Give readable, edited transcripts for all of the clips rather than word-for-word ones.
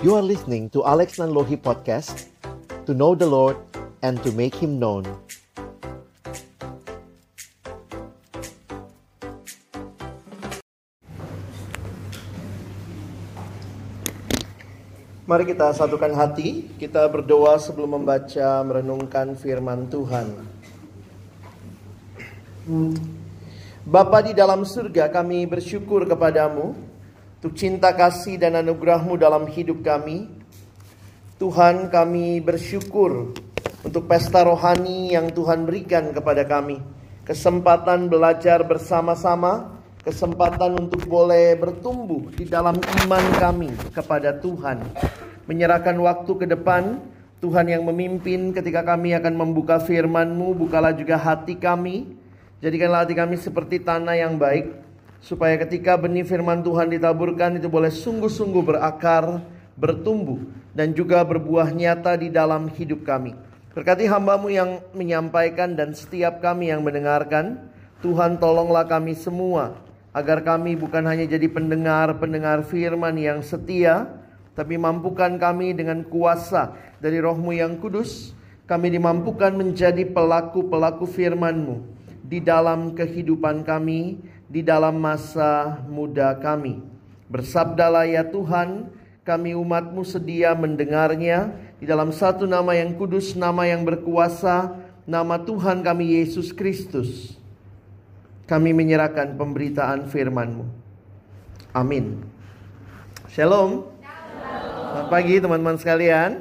You are listening to Alex Nanlohi Podcast, to know the Lord and to make Him known. Mari kita satukan hati, kita berdoa sebelum membaca merenungkan firman Tuhan. Bapa di dalam surga, kami bersyukur kepadamu untuk cinta kasih dan anugerah-Mu dalam hidup kami. Tuhan, kami bersyukur untuk pesta rohani yang Tuhan berikan kepada kami. Kesempatan belajar bersama-sama, kesempatan untuk boleh bertumbuh di dalam iman kami kepada Tuhan. Menyerahkan waktu ke depan, Tuhan yang memimpin ketika kami akan membuka firman-Mu. Bukalah juga hati kami, jadikanlah hati kami seperti tanah yang baik, supaya ketika benih firman Tuhan ditaburkan itu boleh sungguh-sungguh berakar, bertumbuh, dan juga berbuah nyata di dalam hidup kami. Berkati hamba-Mu yang menyampaikan dan setiap kami yang mendengarkan. Tuhan, tolonglah kami semua, agar kami bukan hanya jadi pendengar firman yang setia, tapi mampukan kami dengan kuasa dari Roh-Mu yang kudus. Kami dimampukan menjadi pelaku-pelaku firman-Mu di dalam kehidupan kami, di dalam masa muda kami. Bersabdalah ya Tuhan, kami umat-Mu sedia mendengarnya. Di dalam satu nama yang kudus, nama yang berkuasa, nama Tuhan kami Yesus Kristus, kami menyerahkan pemberitaan firman-Mu. Amin. Shalom. Selamat pagi teman-teman sekalian.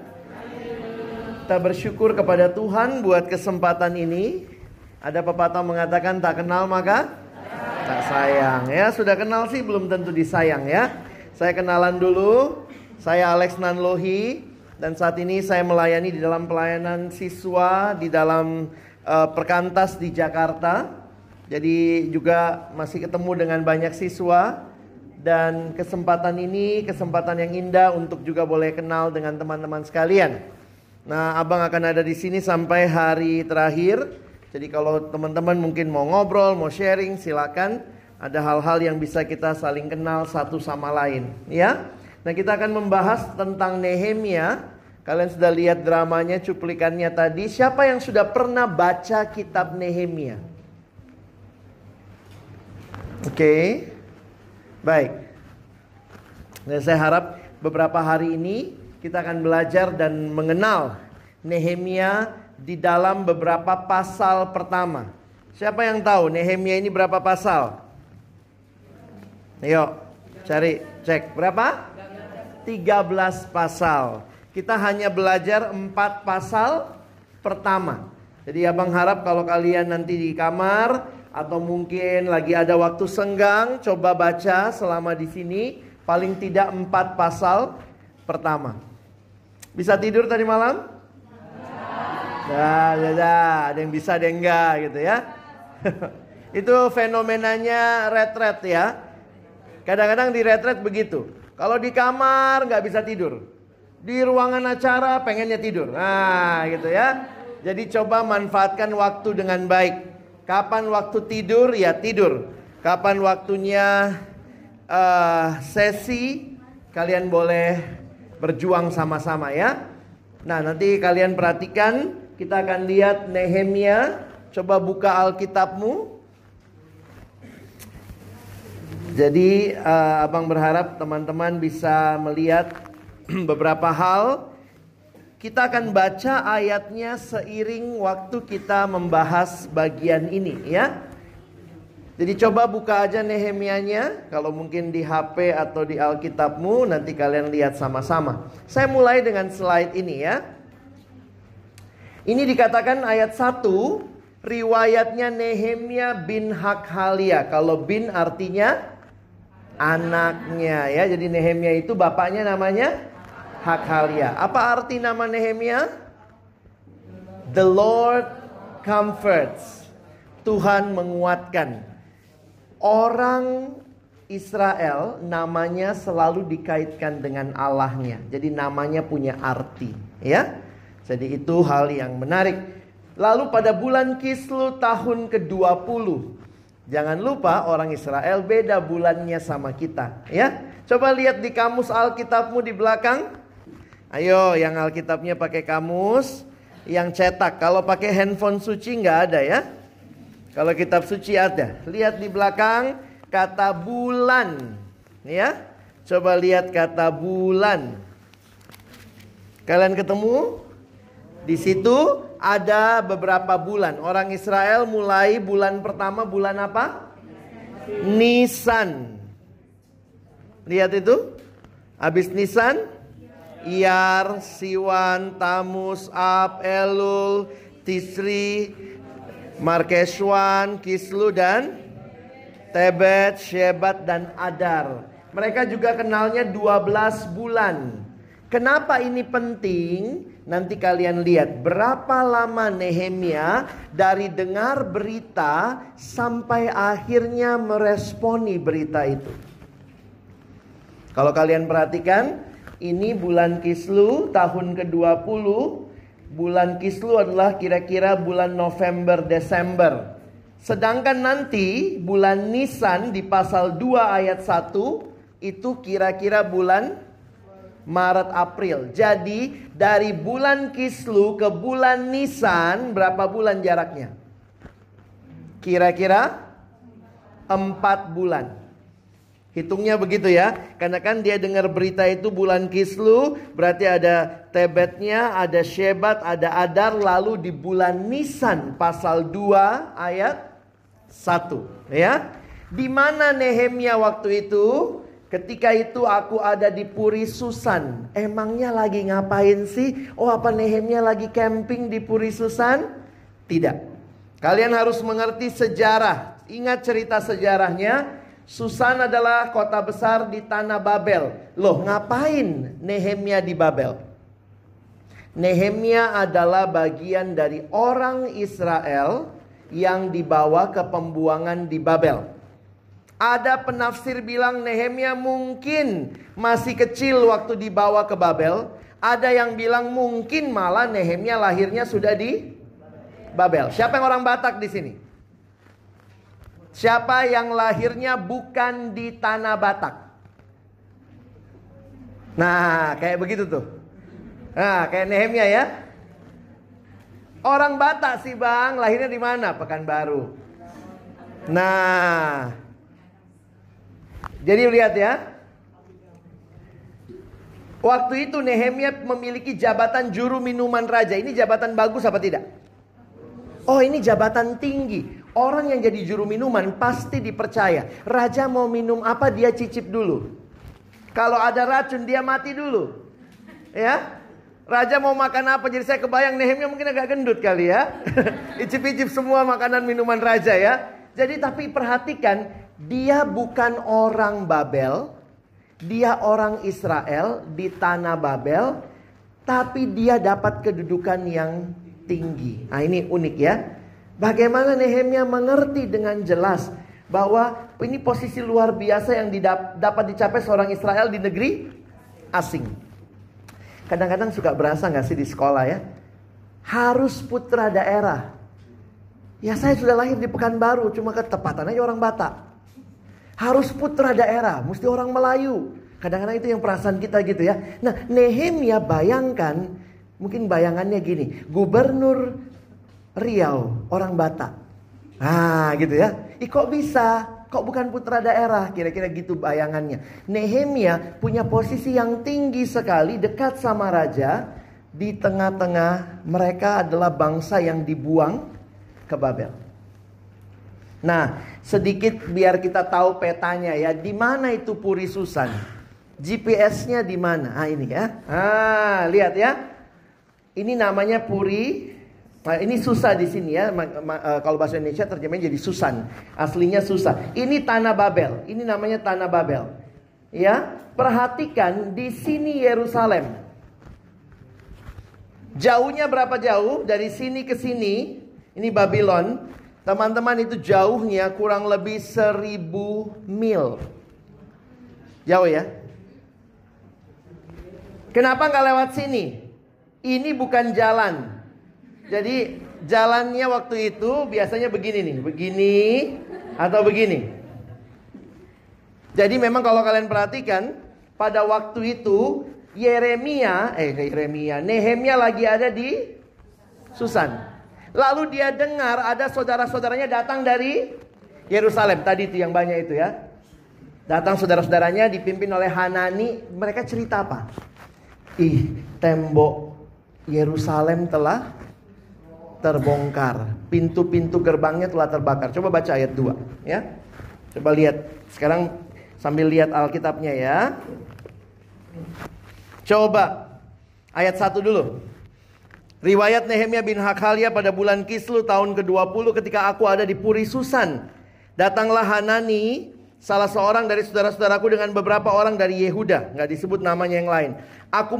Kita bersyukur kepada Tuhan buat kesempatan ini. Ada pepatah mengatakan tak kenal maka tak sayang. Ya, sudah kenal sih belum tentu disayang ya. Saya kenalan dulu. Saya Alex Nanlohi dan saat ini saya melayani di dalam pelayanan siswa di dalam Perkantas di Jakarta. Jadi juga masih ketemu dengan banyak siswa. Dan kesempatan ini kesempatan yang indah untuk juga boleh kenal dengan teman-teman sekalian. Nah, abang akan ada di sini sampai hari terakhir. Jadi kalau teman-teman mungkin mau ngobrol, mau sharing, silakan. Ada hal-hal yang bisa kita saling kenal satu sama lain, ya. Nah, kita akan membahas tentang Nehemia. Kalian sudah lihat dramanya, cuplikannya tadi. Siapa yang sudah pernah baca kitab Nehemia? Oke. Baik. Dan saya harap beberapa hari ini kita akan belajar dan mengenal Nehemia di dalam beberapa pasal pertama. Siapa yang tahu Nehemia ini berapa pasal? Ayo, cari, cek. Berapa? 13 pasal. Kita hanya belajar 4 pasal pertama. Jadi abang harap kalau kalian nanti di kamar atau mungkin lagi ada waktu senggang, coba baca selama di sini paling tidak 4 pasal pertama. Bisa tidur tadi malam? Ada yang bisa, ada yang enggak gitu ya. Itu fenomenanya retret ya. Kadang-kadang di retret begitu. Kalau di kamar nggak bisa tidur, di ruangan acara pengennya tidur. Nah gitu ya. Jadi coba manfaatkan waktu dengan baik. Kapan waktu tidur ya tidur. Kapan waktunya sesi, kalian boleh berjuang sama-sama ya. Nah, nanti kalian perhatikan, kita akan lihat Nehemia. Coba buka Alkitabmu. Jadi abang berharap teman-teman bisa melihat beberapa hal. Kita akan baca ayatnya seiring waktu kita membahas bagian ini ya. Jadi coba buka aja Nehemianya. Kalau mungkin di HP atau di Alkitabmu, nanti kalian lihat sama-sama. Saya mulai dengan slide ini ya. Ini dikatakan ayat 1, riwayatnya Nehemia bin Hakhalia. Kalau bin artinya anaknya ya. Jadi Nehemia itu bapaknya namanya Hakhalia. Apa arti nama Nehemia? The Lord comforts. Tuhan menguatkan. Orang Israel namanya selalu dikaitkan dengan Allahnya. Jadi namanya punya arti, ya. Jadi itu hal yang menarik. Lalu pada bulan Kislev tahun ke-20, jangan lupa orang Israel beda bulannya sama kita, ya. Coba lihat di kamus Alkitabmu di belakang. Ayo, yang Alkitabnya pakai kamus, yang cetak. Kalau pakai handphone suci nggak ada ya. Kalau kitab suci ada. Lihat di belakang kata bulan. Ya, coba lihat kata bulan. Kalian ketemu? Di situ ada beberapa bulan. Orang Israel mulai bulan pertama bulan apa? Nisan. Lihat itu. Habis Nisan, Iyar, Siwan, Tamus, Ab, Elul, Tisri, Markeshwan, Kislu dan Tebet, Shebat dan Adar. Mereka juga kenalnya 12 bulan. Kenapa ini penting? Nanti kalian lihat berapa lama Nehemia dari dengar berita sampai akhirnya meresponi berita itu. Kalau kalian perhatikan, ini bulan Kislu tahun ke-20. Bulan Kislu adalah kira-kira bulan November Desember. Sedangkan nanti bulan Nisan di pasal 2 ayat 1 itu kira-kira bulan Maret April. Jadi dari bulan Kislu ke bulan Nisan berapa bulan jaraknya? Kira-kira 4 bulan. Hitungnya begitu ya. Karena kan dia dengar berita itu bulan Kislu, berarti ada Tebetnya, ada Shebat, ada Adar. Lalu di bulan Nisan pasal 2 ayat 1 ya. Di mana Nehemia waktu itu? Ketika itu aku ada di Puri Susan. Emangnya lagi ngapain sih? Oh, apa Nehemia lagi camping di Puri Susan? Tidak. Kalian harus mengerti sejarah. Ingat cerita sejarahnya. Susan adalah kota besar di tanah Babel. Loh, ngapain Nehemia di Babel? Nehemia adalah bagian dari orang Israel yang dibawa ke pembuangan di Babel. Ada penafsir bilang Nehemia mungkin masih kecil waktu dibawa ke Babel. Ada yang bilang mungkin malah Nehemia lahirnya sudah di Babel. Siapa yang orang Batak di sini? Siapa yang lahirnya bukan di tanah Batak? Nah, kayak begitu tuh. Nah, kayak Nehemia ya. Orang Batak sih bang, lahirnya di mana? Pekanbaru. Nah, jadi lihat ya. Waktu itu Nehemia memiliki jabatan juru minuman raja. Ini jabatan bagus apa tidak? Oh, ini jabatan tinggi. Orang yang jadi juru minuman pasti dipercaya. Raja mau minum apa dia cicip dulu. Kalau ada racun dia mati dulu. Ya. Raja mau makan apa? Jadi saya kebayang Nehemia mungkin agak gendut kali ya. Icip-icip semua makanan minuman raja ya. Jadi tapi perhatikan, dia bukan orang Babel. Dia orang Israel di tanah Babel. Tapi dia dapat kedudukan yang tinggi. Nah, ini unik ya. Bagaimana Nehemia mengerti dengan jelas bahwa ini posisi luar biasa yang dapat dicapai seorang Israel di negeri asing. Kadang-kadang suka berasa gak sih di sekolah ya, harus putra daerah. Ya saya sudah lahir di Pekanbaru, cuma ketepatan aja orang Batak. Harus putra daerah, mesti orang Melayu. Kadang-kadang itu yang perasaan kita gitu ya. Nah, Nehemia bayangkan, mungkin bayangannya gini, gubernur Riau, orang Batak. Nah gitu ya. Kok bisa? Kok bukan putra daerah? Kira-kira gitu bayangannya. Nehemia punya posisi yang tinggi sekali, dekat sama raja. Di tengah-tengah mereka adalah bangsa yang dibuang ke Babel. Nah, sedikit biar kita tahu petanya ya. Di mana itu Puri Susan? GPS-nya di mana? Ah ini ya. Ah, lihat ya. Ini namanya Puri. Nah, ini Susa di sini ya. Kalau bahasa Indonesia terjemahnya jadi Susan. Aslinya Susa. Ini tanah Babel. Ini namanya tanah Babel. Ya, perhatikan di sini Yerusalem. Jauhnya berapa jauh? Dari sini ke sini. Ini Babylon. Teman-teman, itu jauhnya kurang lebih 1000 mil. Jauh ya. Kenapa nggak lewat sini? Ini bukan jalan. Jadi jalannya waktu itu biasanya begini nih. Begini atau begini. Jadi memang kalau kalian perhatikan, pada waktu itu Nehemia lagi ada di Susan. Lalu dia dengar ada saudara-saudaranya datang dari Yerusalem. Tadi itu yang banyak itu ya. Datang saudara-saudaranya dipimpin oleh Hanani. Mereka cerita apa? Tembok Yerusalem telah terbongkar. Pintu-pintu gerbangnya telah terbakar. Coba baca ayat 2 ya. Coba lihat. Sekarang sambil lihat Alkitabnya ya. Coba ayat 1 dulu. Riwayat Nehemia bin Hakhalia pada bulan Kislu tahun ke-20 ketika aku ada di Puri Susan. Datanglah Hanani, salah seorang dari saudara-saudaraku dengan beberapa orang dari Yehuda. Nggak disebut namanya yang lain. Aku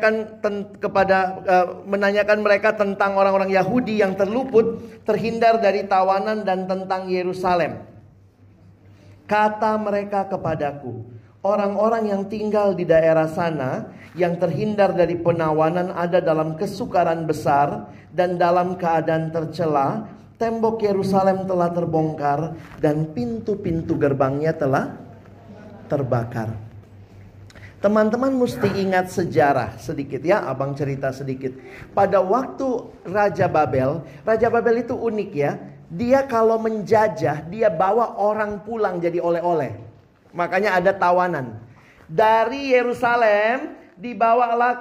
menanyakan mereka tentang orang-orang Yahudi yang terluput, terhindar dari tawanan dan tentang Yerusalem. Kata mereka kepadaku, orang-orang yang tinggal di daerah sana yang terhindar dari penawanan ada dalam kesukaran besar dan dalam keadaan tercela. Tembok Yerusalem telah terbongkar dan pintu-pintu gerbangnya telah terbakar. Teman-teman mesti ingat sejarah sedikit ya, abang cerita sedikit. Pada waktu Raja Babel itu unik ya. Dia kalau menjajah, dia bawa orang pulang jadi oleh-oleh. Makanya ada tawanan. Dari Yerusalem dibawalah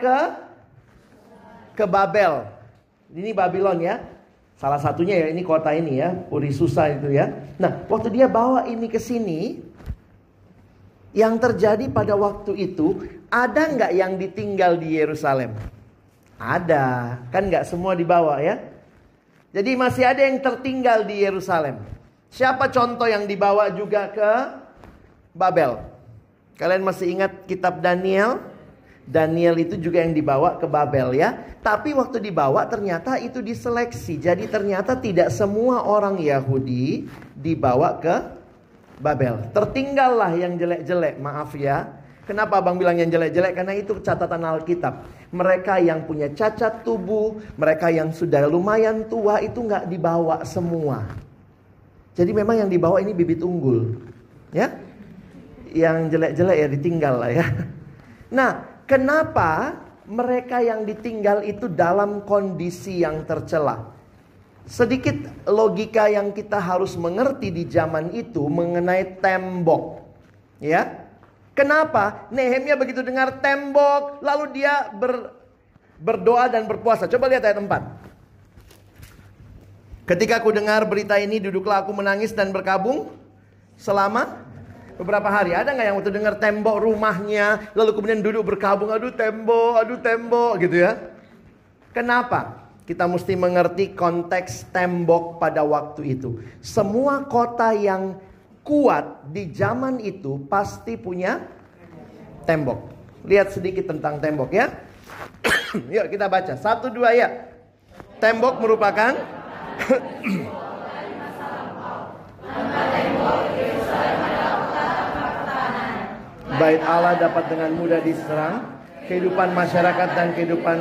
ke Babel. Ini Babylon ya. Salah satunya ya, ini kota ini ya, Puri Susa itu ya. Nah, waktu dia bawa ini ke sini, yang terjadi pada waktu itu, ada nggak yang ditinggal di Yerusalem? Ada, kan nggak semua dibawa ya. Jadi masih ada yang tertinggal di Yerusalem. Siapa contoh yang dibawa juga ke Babel? Kalian masih ingat kitab Daniel? Daniel itu juga yang dibawa ke Babel ya. Tapi waktu dibawa ternyata itu diseleksi. Jadi ternyata tidak semua orang Yahudi dibawa ke Babel. Tertinggallah yang jelek-jelek. Maaf ya. Kenapa abang bilang yang jelek-jelek? Karena itu catatan Alkitab. Mereka yang punya cacat tubuh, mereka yang sudah lumayan tua itu nggak dibawa semua. Jadi memang yang dibawa ini bibit unggul. Ya. Yang jelek-jelek ya ditinggal lah ya. Nah, kenapa mereka yang ditinggal itu dalam kondisi yang tercela? Sedikit logika yang kita harus mengerti di zaman itu mengenai tembok. Ya. Kenapa? Nehemia begitu dengar tembok, lalu dia berdoa dan berpuasa. Coba lihat ayat 4. Ketika aku dengar berita ini, duduklah aku menangis dan berkabung selama beberapa hari. Ada nggak yang waktu dengar tembok rumahnya, lalu kemudian duduk berkabung, aduh tembok gitu ya? Kenapa? Kita mesti mengerti konteks tembok pada waktu itu. Semua kota yang kuat di zaman itu pasti punya tembok. Lihat sedikit tentang tembok ya. Yuk kita baca 1, 2 ya. Tembok merupakan bait Allah dapat dengan mudah diserang, kehidupan masyarakat dan kehidupan.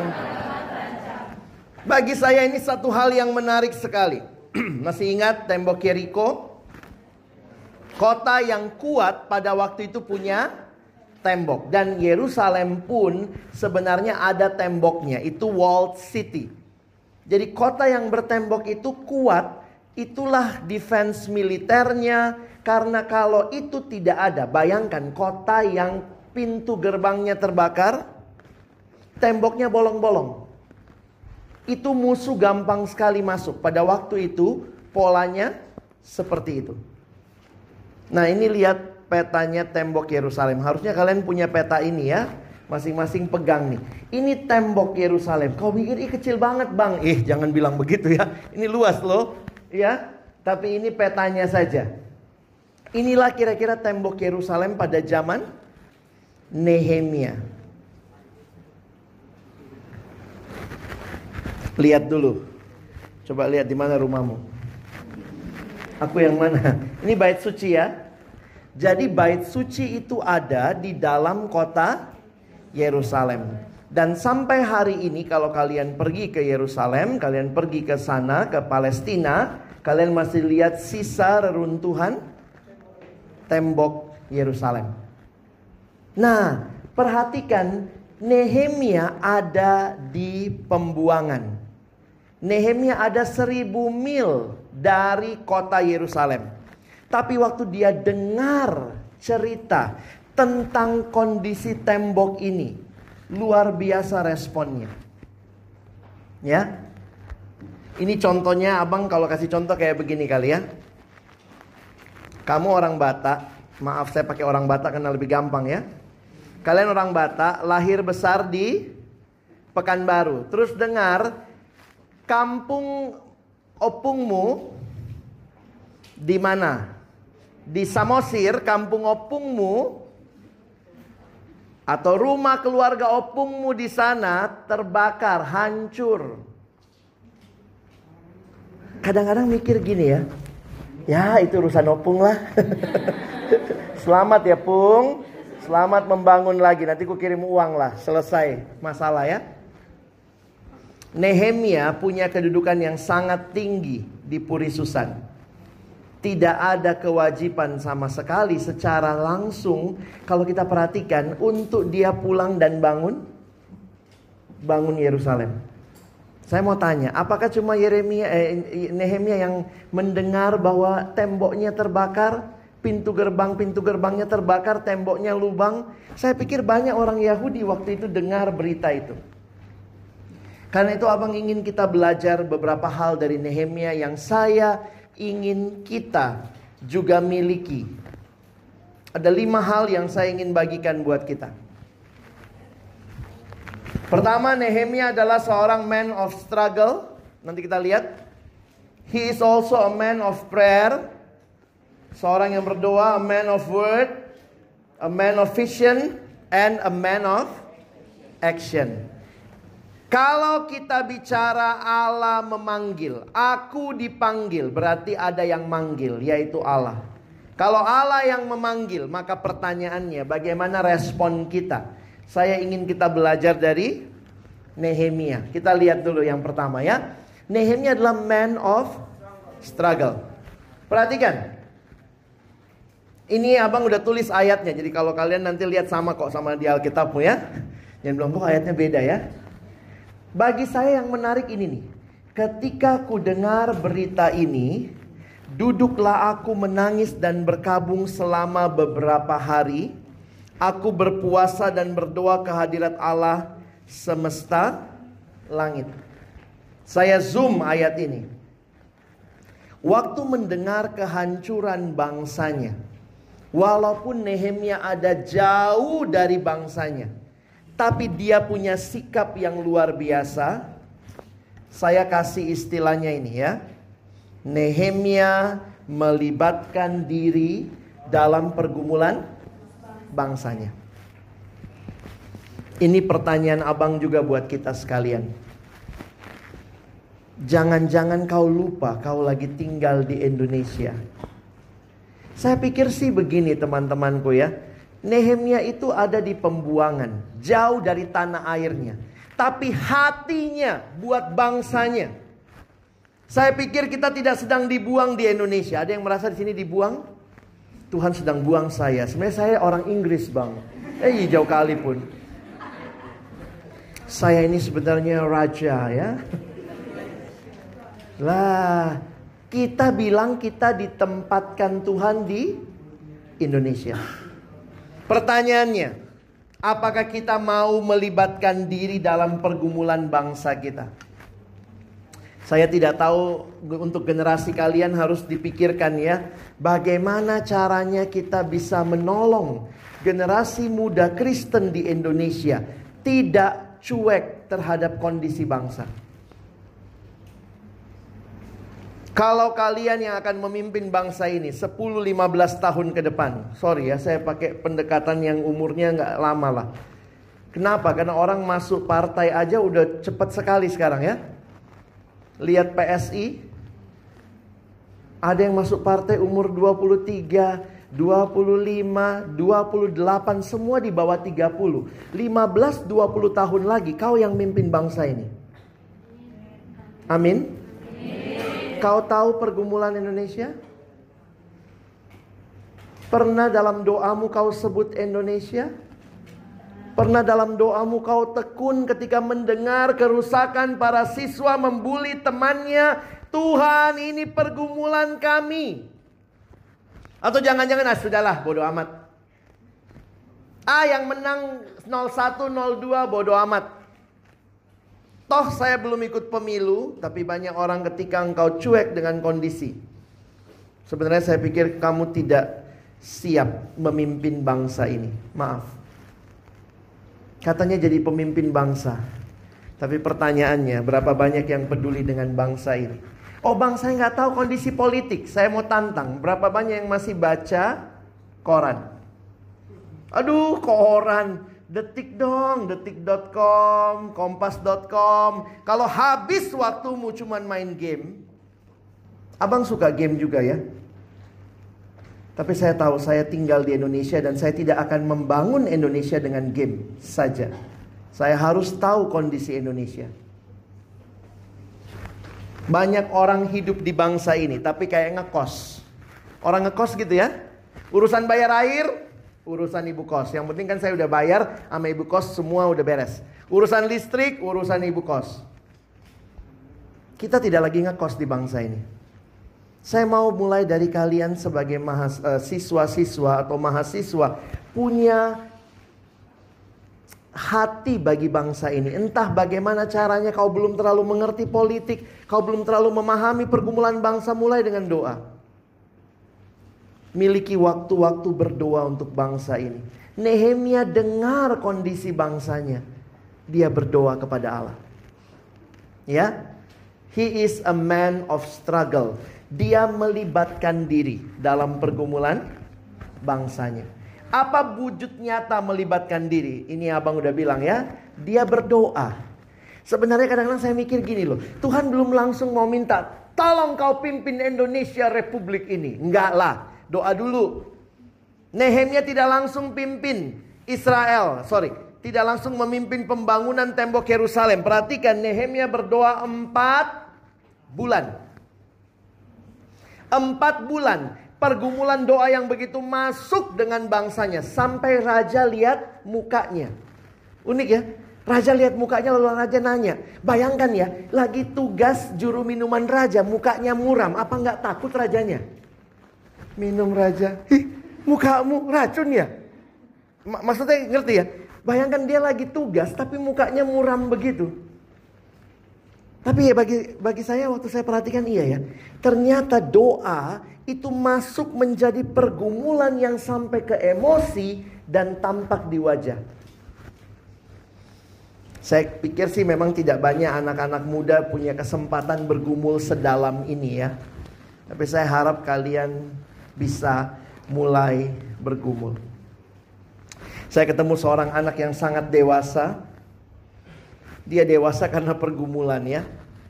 Bagi saya ini satu hal yang menarik sekali. Masih ingat tembok Yeriko? Kota yang kuat pada waktu itu punya tembok. Dan Yerusalem pun sebenarnya ada temboknya. Itu walled city. Jadi kota yang bertembok itu kuat. Itulah defense militernya. Karena kalau itu tidak ada, bayangkan kota yang pintu gerbangnya terbakar, temboknya bolong-bolong. Itu musuh gampang sekali masuk. Pada waktu itu polanya seperti itu. Nah ini lihat petanya tembok Yerusalem. Harusnya kalian punya peta ini ya. Masing-masing pegang nih. Ini tembok Yerusalem. Kau pikir ini kecil banget bang. Jangan bilang begitu ya. Ini luas loh. Ya. Tapi ini petanya saja. Inilah kira-kira tembok Yerusalem pada zaman Nehemia. Lihat dulu. Coba lihat di mana rumahmu. Aku yang mana? Ini bait suci ya. Jadi bait suci itu ada di dalam kota Yerusalem. Dan sampai hari ini kalau kalian pergi ke Yerusalem, kalian pergi ke sana, ke Palestina, kalian masih lihat sisa reruntuhan tembok Yerusalem. Nah, perhatikan Nehemia ada di pembuangan. Nehemia ada 1000 mil dari kota Yerusalem. Tapi waktu dia dengar cerita tentang kondisi tembok ini, luar biasa responnya. Ya. Ini contohnya, abang kalau kasih contoh kayak begini kali ya. Kamu orang Batak, maaf saya pakai orang Batak karena lebih gampang ya. Kalian orang Batak, lahir besar di Pekanbaru. Terus dengar kampung opungmu di mana? Di Samosir, kampung opungmu atau rumah keluarga opungmu di sana terbakar, hancur. Kadang-kadang mikir gini ya. Ya, itu urusan opung lah. Selamat ya, Pung. Selamat membangun lagi. Nanti ku kirim uang lah. Selesai masalah ya. Nehemia punya kedudukan yang sangat tinggi di Puri Susan. Tidak ada kewajiban sama sekali secara langsung, kalau kita perhatikan, untuk dia pulang dan bangun Yerusalem. Saya mau tanya, apakah cuma Nehemia yang mendengar bahwa temboknya terbakar, pintu gerbangnya terbakar, temboknya lubang? Saya pikir banyak orang Yahudi waktu itu dengar berita itu. Karena itu abang ingin kita belajar beberapa hal dari Nehemia yang saya ingin kita juga miliki. Ada 5 hal yang saya ingin bagikan buat kita. Pertama, Nehemia adalah seorang man of struggle. Nanti kita lihat. He is also a man of prayer. Seorang yang berdoa, a man of word, a man of vision, and a man of action. Kalau kita bicara Allah memanggil, aku dipanggil, berarti ada yang manggil, yaitu Allah. Kalau Allah yang memanggil, maka pertanyaannya bagaimana respon kita? Saya ingin kita belajar dari Nehemia. Kita lihat dulu yang pertama ya. Nehemia adalah man of struggle. Perhatikan. Ini abang udah tulis ayatnya. Jadi kalau kalian nanti lihat sama kok sama di Alkitabmu ya. Jangan bilang kok ayatnya beda ya. Bagi saya yang menarik ini nih. Ketika ku dengar berita ini, duduklah aku menangis dan berkabung selama beberapa hari. Aku berpuasa dan berdoa kehadirat Allah semesta langit. Saya zoom ayat ini. Waktu mendengar kehancuran bangsanya, walaupun Nehemia ada jauh dari bangsanya, tapi dia punya sikap yang luar biasa. Saya kasih istilahnya ini ya. Nehemia melibatkan diri dalam pergumulan bangsanya. Ini pertanyaan abang juga buat kita sekalian. Jangan-jangan kau lupa kau lagi tinggal di Indonesia. Saya pikir sih begini teman-temanku ya. Nehemia itu ada di pembuangan, jauh dari tanah airnya, tapi hatinya buat bangsanya. Saya pikir kita tidak sedang dibuang di Indonesia. Ada yang merasa di sini dibuang? Tuhan sedang buang saya. Sebenarnya saya orang Inggris bang. Jauh kali pun. Saya ini sebenarnya raja ya. Lah, kita bilang kita ditempatkan Tuhan di Indonesia. Pertanyaannya, apakah kita mau melibatkan diri dalam pergumulan bangsa kita? Saya tidak tahu, untuk generasi kalian harus dipikirkan ya. Bagaimana caranya kita bisa menolong generasi muda Kristen di Indonesia tidak cuek terhadap kondisi bangsa. Kalau kalian yang akan memimpin bangsa ini 10-15 tahun ke depan. Sorry ya, saya pakai pendekatan yang umurnya gak lama lah. Kenapa? Karena orang masuk partai aja udah cepat sekali sekarang ya. Lihat PSI. Ada yang masuk partai umur 23, 25, 28. Semua di bawah 30. 15-20 tahun lagi kau yang mimpin bangsa ini. Amin. Kau tahu pergumulan Indonesia? Pernah dalam doamu kau sebut Indonesia? Pernah dalam doamu kau tekun ketika mendengar kerusakan para siswa membuli temannya. Tuhan, ini pergumulan kami. Atau jangan-jangan, sudahlah, bodo amat. Yang menang 01, 02, bodo amat. Toh saya belum ikut pemilu, tapi banyak orang ketika engkau cuek dengan kondisi. Sebenarnya saya pikir kamu tidak siap memimpin bangsa ini. Maaf. Katanya jadi pemimpin bangsa. Tapi pertanyaannya, berapa banyak yang peduli dengan bangsa ini? Bang, saya nggak tahu kondisi politik. Saya mau tantang, berapa banyak yang masih baca koran? Aduh, koran. Detik dong, detik.com, kompas.com. Kalau habis waktumu cuman main game. Abang suka game juga ya. Tapi saya tahu saya tinggal di Indonesia dan saya tidak akan membangun Indonesia dengan game saja. Saya harus tahu kondisi Indonesia. Banyak orang hidup di bangsa ini tapi kayak ngekos. Orang ngekos gitu ya. Urusan bayar air, urusan ibu kos. Yang penting kan saya udah bayar sama ibu kos, semua udah beres. Urusan listrik, urusan ibu kos. Kita tidak lagi ngekos di bangsa ini. Saya mau mulai dari kalian sebagai siswa-siswa atau mahasiswa punya hati bagi bangsa ini. Entah bagaimana caranya, kau belum terlalu mengerti politik, kau belum terlalu memahami pergumulan bangsa, mulai dengan doa. Miliki waktu-waktu berdoa untuk bangsa ini. Nehemia dengar kondisi bangsanya. Dia berdoa kepada Allah. Ya, he is a man of struggle. Dia melibatkan diri dalam pergumulan bangsanya. Apa wujud nyata melibatkan diri? Ini abang udah bilang ya. Dia berdoa. Sebenarnya kadang-kadang saya mikir gini loh. Tuhan belum langsung mau minta, tolong kau pimpin Indonesia Republik ini. Enggak lah. Doa dulu. Nehemia tidak langsung pimpin Israel. Tidak langsung memimpin pembangunan tembok Yerusalem. Perhatikan, Nehemia berdoa 4 bulan. 4 bulan. Pergumulan doa yang begitu masuk dengan bangsanya. Sampai raja lihat mukanya. Unik ya. Raja lihat mukanya lalu raja nanya. Bayangkan ya. Lagi tugas juru minuman raja. Mukanya muram. Apa nggak takut rajanya? Minum raja. Mukamu racun ya? Maksudnya ngerti ya? Bayangkan dia lagi tugas tapi mukanya muram begitu. Tapi ya bagi saya waktu saya perhatikan iya ya. Ternyata doa itu masuk menjadi pergumulan yang sampai ke emosi dan tampak di wajah. Saya pikir sih memang tidak banyak anak-anak muda punya kesempatan bergumul sedalam ini ya. Tapi saya harap kalian bisa mulai bergumul. Saya ketemu seorang anak yang sangat dewasa. Dia dewasa karena pergumulan ya.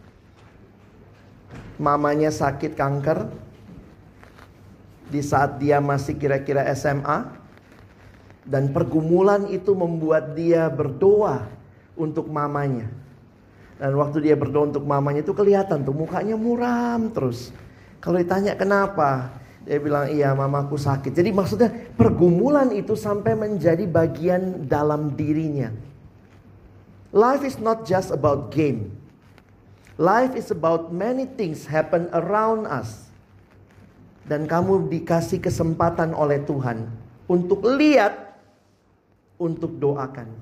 Mamanya sakit kanker di saat dia masih kira-kira SMA. Dan pergumulan itu membuat dia berdoa untuk mamanya. Dan waktu dia berdoa untuk mamanya itu kelihatan tuh mukanya muram terus. Kalau ditanya kenapa, dia bilang iya mamaku sakit. Jadi maksudnya pergumulan itu sampai menjadi bagian dalam dirinya. Life is not just about game. Life is about many things happen around us. Dan kamu dikasih kesempatan oleh Tuhan untuk lihat, untuk doakan.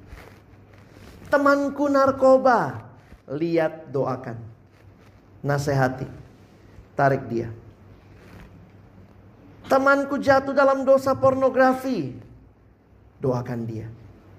Temanku narkoba, lihat, doakan. Nasihati, tarik dia. Temanku jatuh dalam dosa pornografi, doakan dia.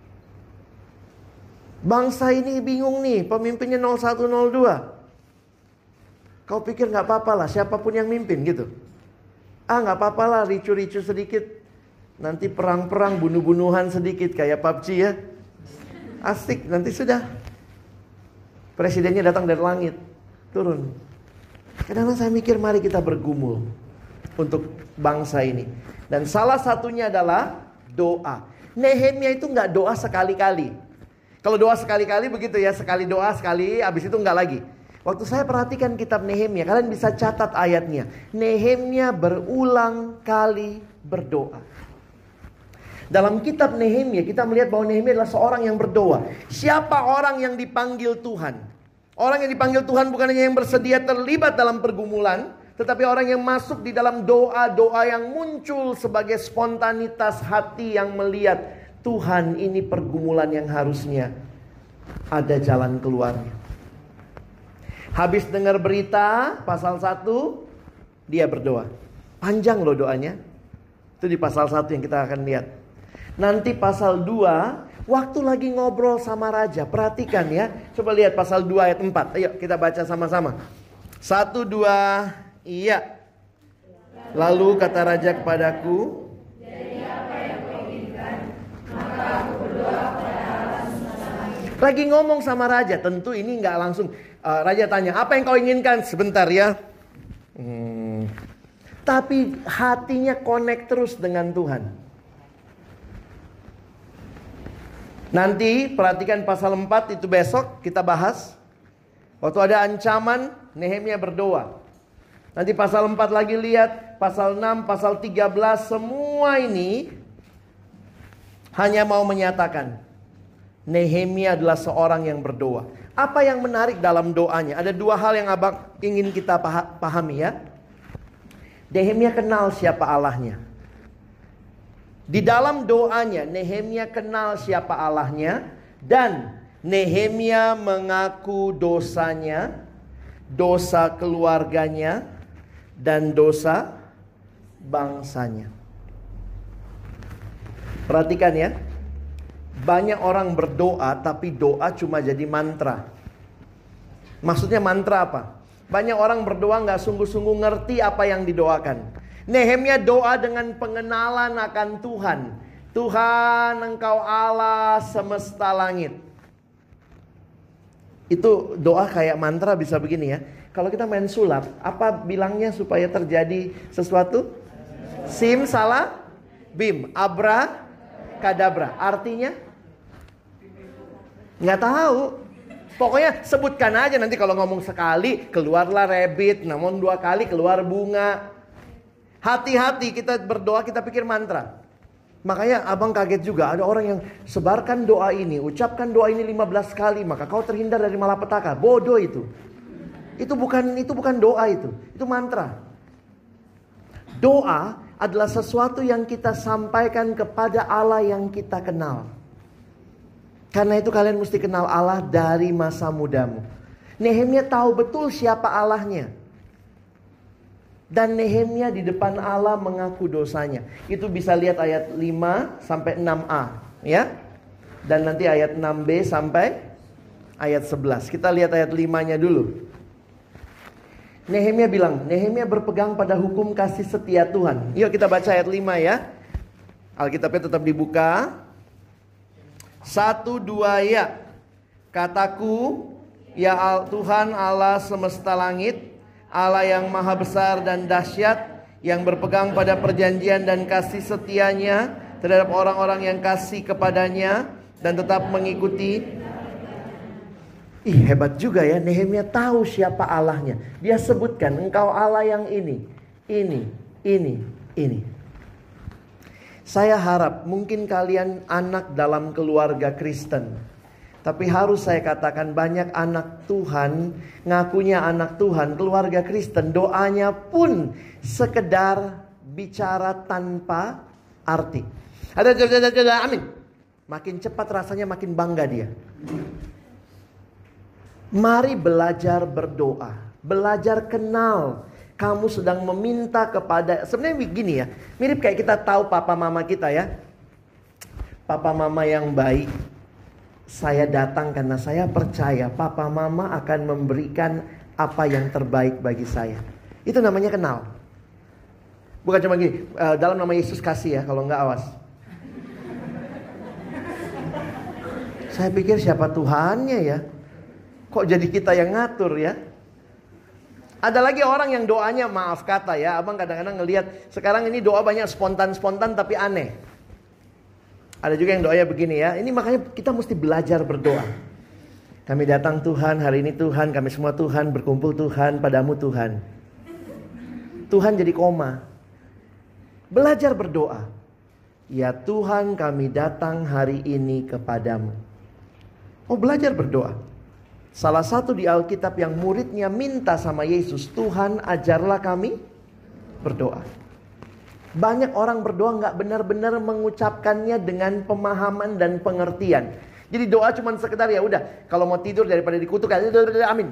Bangsa ini bingung nih, pemimpinnya 01, 02. Kau pikir gak apa-apa lah, siapapun yang mimpin gitu. Gak apa-apa lah, ricu-ricu sedikit. Nanti perang-perang, bunuh-bunuhan sedikit kayak PUBG ya. Asik, nanti sudah. Presidennya datang dari langit, turun. Kadang-kadang saya mikir mari kita bergumul untuk bangsa ini. Dan salah satunya adalah doa. Nehemia itu gak doa sekali-kali. Kalau doa sekali-kali begitu ya, sekali doa sekali, habis itu enggak lagi. Waktu saya perhatikan kitab Nehemia, kalian bisa catat ayatnya. Nehemia berulang kali berdoa. Dalam kitab Nehemia kita melihat bahwa Nehemia adalah seorang yang berdoa. Siapa orang yang dipanggil Tuhan? Orang yang dipanggil Tuhan bukan hanya yang bersedia terlibat dalam pergumulan, tetapi orang yang masuk di dalam doa-doa yang muncul sebagai spontanitas hati yang melihat, Tuhan, ini pergumulan yang harusnya ada jalan keluarnya. Habis dengar berita pasal 1, dia berdoa. Panjang loh doanya. Itu di pasal 1 yang kita akan lihat. Nanti pasal 2, waktu lagi ngobrol sama raja. Perhatikan ya. Coba lihat pasal 2 ayat 4. Ayo kita baca sama-sama. 1, 2, iya. Lalu kata raja kepadaku, lagi ngomong sama raja. Tentu ini nggak langsung. Raja tanya, apa yang kau inginkan? Sebentar ya. Tapi hatinya connect terus dengan Tuhan. Nanti perhatikan pasal 4 itu besok kita bahas. Waktu ada ancaman, Nehemia berdoa. Nanti pasal 4 lagi lihat, pasal 6, pasal 13, semua ini hanya mau menyatakan Nehemia adalah seorang yang berdoa. Apa yang menarik dalam doanya? Ada 2 hal yang abang ingin kita pahami ya. Nehemia kenal siapa Allahnya. Di dalam doanya Nehemia kenal siapa Allahnya. Dan Nehemia mengaku dosanya, dosa keluarganya, dan dosa bangsanya. Perhatikan ya. Banyak orang berdoa tapi doa cuma jadi mantra. Maksudnya mantra apa? Banyak orang berdoa gak sungguh-sungguh ngerti apa yang didoakan. Nehemia doa dengan pengenalan akan Tuhan. Tuhan, Engkau Allah semesta langit. Itu doa kayak mantra bisa begini ya. Kalau kita main sulap, apa bilangnya supaya terjadi sesuatu? Sim, salah, bim, abra, kadabra. Artinya? Nggak tahu. Pokoknya sebutkan aja, nanti kalau ngomong sekali keluarlah rabbit, namun 2 kali keluar bunga. Hati-hati kita berdoa kita pikir mantra. Makanya abang kaget juga, ada orang yang sebarkan doa ini, ucapkan doa ini 15 kali, maka kau terhindar dari malapetaka. Bodoh itu. Itu bukan doa itu mantra. Doa adalah sesuatu yang kita sampaikan kepada Allah yang kita kenal. Karena itu kalian mesti kenal Allah dari masa mudamu. Nehemia tahu betul siapa Allahnya. Dan Nehemia di depan Allah mengaku dosanya. Itu bisa lihat ayat 5 sampai 6a ya. Dan nanti ayat 6b sampai ayat 11. Kita lihat ayat 5-nya dulu. Nehemia bilang, Nehemia berpegang pada hukum kasih setia Tuhan. Yuk kita baca ayat 5 ya. Alkitabnya tetap dibuka. 1, 2 ya. Kataku, ya Tuhan Allah semesta langit, Allah yang maha besar dan dahsyat, yang berpegang pada perjanjian dan kasih setianya terhadap orang-orang yang kasih kepadanya dan tetap mengikuti. Hebat juga ya, Nehemia tahu siapa Allahnya. Dia sebutkan, Engkau Allah yang ini. Saya harap mungkin kalian anak dalam keluarga Kristen. Tapi harus saya katakan banyak anak Tuhan, ngakunya anak Tuhan, keluarga Kristen, doanya pun sekedar bicara tanpa arti. Ada amin. Makin cepat rasanya makin bangga dia. Mari belajar berdoa, belajar kenal. Kamu sedang meminta kepada, sebenarnya begini ya, mirip kayak kita tahu papa mama kita ya. Papa mama yang baik. Saya datang karena saya percaya papa mama akan memberikan apa yang terbaik bagi saya. Itu namanya kenal. Bukan cuma gini, dalam nama Yesus kasih ya, kalau enggak awas. Saya pikir siapa Tuhannya ya? Kok jadi kita yang ngatur ya? Ada lagi orang yang doanya maaf kata ya. Abang kadang-kadang ngelihat sekarang ini doa banyak spontan-spontan tapi aneh. Ada juga yang doanya begini ya. Ini makanya kita mesti belajar berdoa. Kami datang Tuhan, hari ini Tuhan, kami semua Tuhan, berkumpul Tuhan, padamu Tuhan. Tuhan jadi koma. Belajar berdoa. Ya Tuhan, kami datang hari ini kepadamu. Oh, belajar berdoa. Salah satu di Alkitab yang muridnya minta sama Yesus, Tuhan ajarlah kami berdoa. Banyak orang berdoa gak benar-benar mengucapkannya dengan pemahaman dan pengertian. Jadi doa cuma sekedar ya udah, kalau mau tidur daripada dikutuk, amin.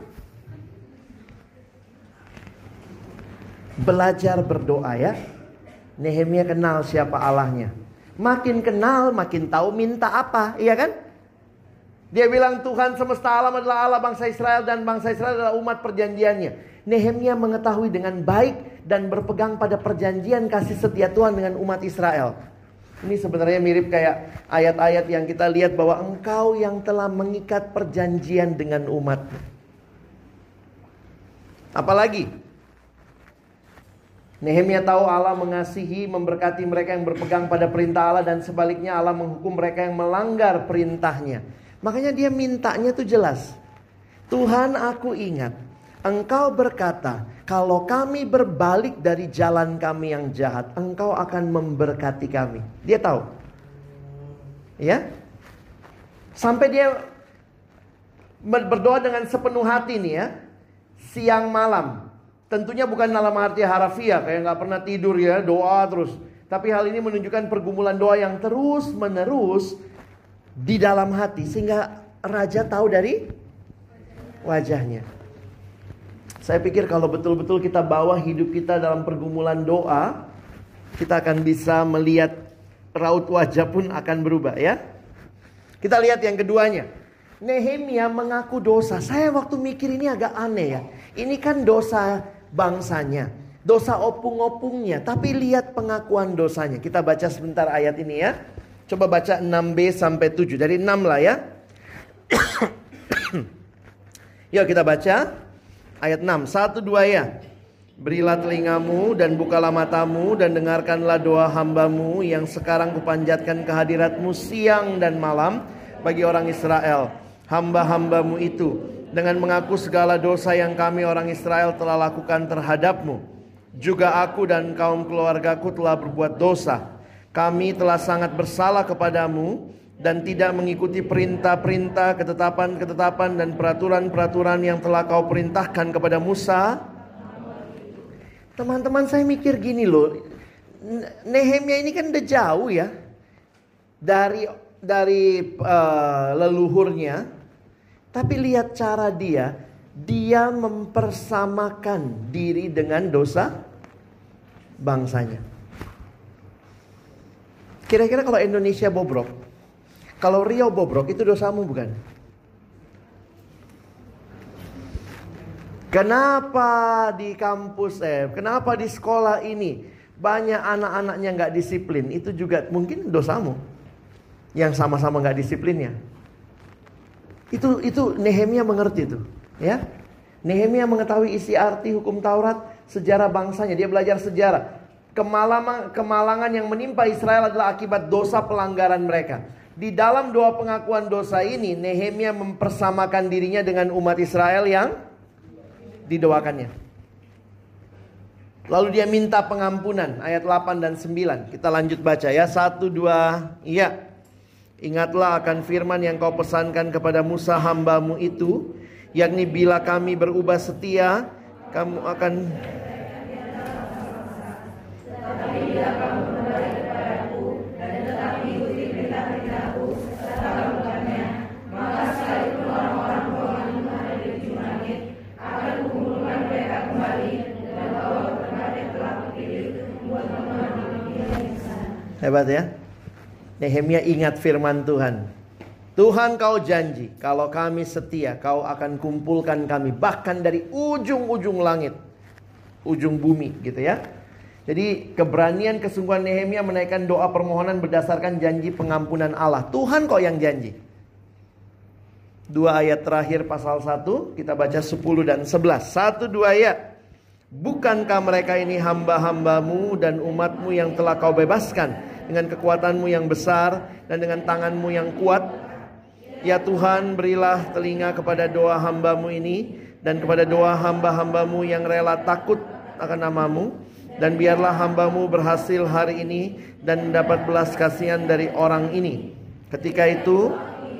Belajar berdoa ya. Nehemia kenal siapa Allahnya. Makin kenal, makin tahu minta apa, iya kan? Dia bilang Tuhan semesta alam adalah Allah bangsa Israel dan bangsa Israel adalah umat perjanjiannya. Nehemia mengetahui dengan baik dan berpegang pada perjanjian kasih setia Tuhan dengan umat Israel. Ini sebenarnya mirip kayak ayat-ayat yang kita lihat bahwa engkau yang telah mengikat perjanjian dengan umatmu. Apalagi? Nehemia tahu Allah mengasihi, memberkati mereka yang berpegang pada perintah Allah, dan sebaliknya Allah menghukum mereka yang melanggar perintahnya. Makanya dia mintanya tuh jelas. Tuhan, aku ingat Engkau berkata, kalau kami berbalik dari jalan kami yang jahat, Engkau akan memberkati kami. Dia tahu. Ya. Sampai dia berdoa dengan sepenuh hati nih ya. Siang malam. Tentunya bukan dalam arti harafiah, kayak gak pernah tidur ya, doa terus. Tapi hal ini menunjukkan pergumulan doa yang terus menerus di dalam hati, sehingga raja tahu dari wajahnya. Saya pikir kalau betul-betul kita bawa hidup kita dalam pergumulan doa, kita akan bisa melihat raut wajah pun akan berubah ya. Kita lihat yang keduanya. Nehemia mengaku dosa. Saya waktu mikir ini agak aneh ya. Ini kan dosa bangsanya, dosa opung-opungnya, tapi lihat pengakuan dosanya. Kita baca sebentar ayat ini ya. Coba baca 6b sampai 7. Dari 6 lah ya. Yuk kita baca ayat 6. 1, 2 ya. Berilah telingamu dan bukalah matamu dan dengarkanlah doa hambamu yang sekarang kupanjatkan kehadiratmu siang dan malam bagi orang Israel, hamba-hambamu itu, dengan mengaku segala dosa yang kami orang Israel telah lakukan terhadapmu. Juga aku dan kaum keluargaku telah berbuat dosa. Kami telah sangat bersalah kepadamu dan tidak mengikuti perintah-perintah, ketetapan-ketetapan dan peraturan-peraturan yang telah kau perintahkan kepada Musa. Teman-teman, saya mikir gini loh. Nehemia ini kan udah jauh ya dari leluhurnya. Tapi lihat cara dia mempersamakan diri dengan dosa bangsanya. Kira-kira kalau Indonesia bobrok, kalau Riau bobrok, itu dosamu bukan? Kenapa di kampus kenapa di sekolah ini banyak anak-anaknya gak disiplin? Itu juga mungkin dosamu yang sama-sama gak disiplinnya. Itu Nehemia mengerti itu, ya. Nehemia mengetahui isi arti hukum Taurat, sejarah bangsanya. Dia belajar sejarah. Kemalangan yang menimpa Israel adalah akibat dosa pelanggaran mereka. Di dalam doa pengakuan dosa ini, Nehemia mempersamakan dirinya dengan umat Israel yang didoakannya. Lalu dia minta pengampunan, ayat 8 dan 9. Kita lanjut baca ya, 1, 2, iya. Ingatlah akan firman yang kau pesankan kepada Musa hambamu itu, yakni bila kami berubah setia, kamu akan hebat ya. Nehemia ingat firman Tuhan. Tuhan, kau janji kalau kami setia, kau akan kumpulkan kami bahkan dari ujung-ujung langit, ujung bumi gitu ya. Jadi keberanian kesungguhan Nehemia menaikkan doa permohonan berdasarkan janji pengampunan Allah. Tuhan kok yang janji. 2 ayat terakhir pasal 1, kita baca 10 dan 11. 1, 2 ayat. Bukankah mereka ini hamba-hambamu dan umatmu yang telah kau bebaskan dengan kekuatanmu yang besar dan dengan tanganmu yang kuat? Ya Tuhan, berilah telinga kepada doa hambamu ini dan kepada doa hamba-hambamu yang rela takut akan namamu, Dan biarlah hamba-Mu berhasil hari ini dan mendapat belas kasihan dari orang ini. Ketika itu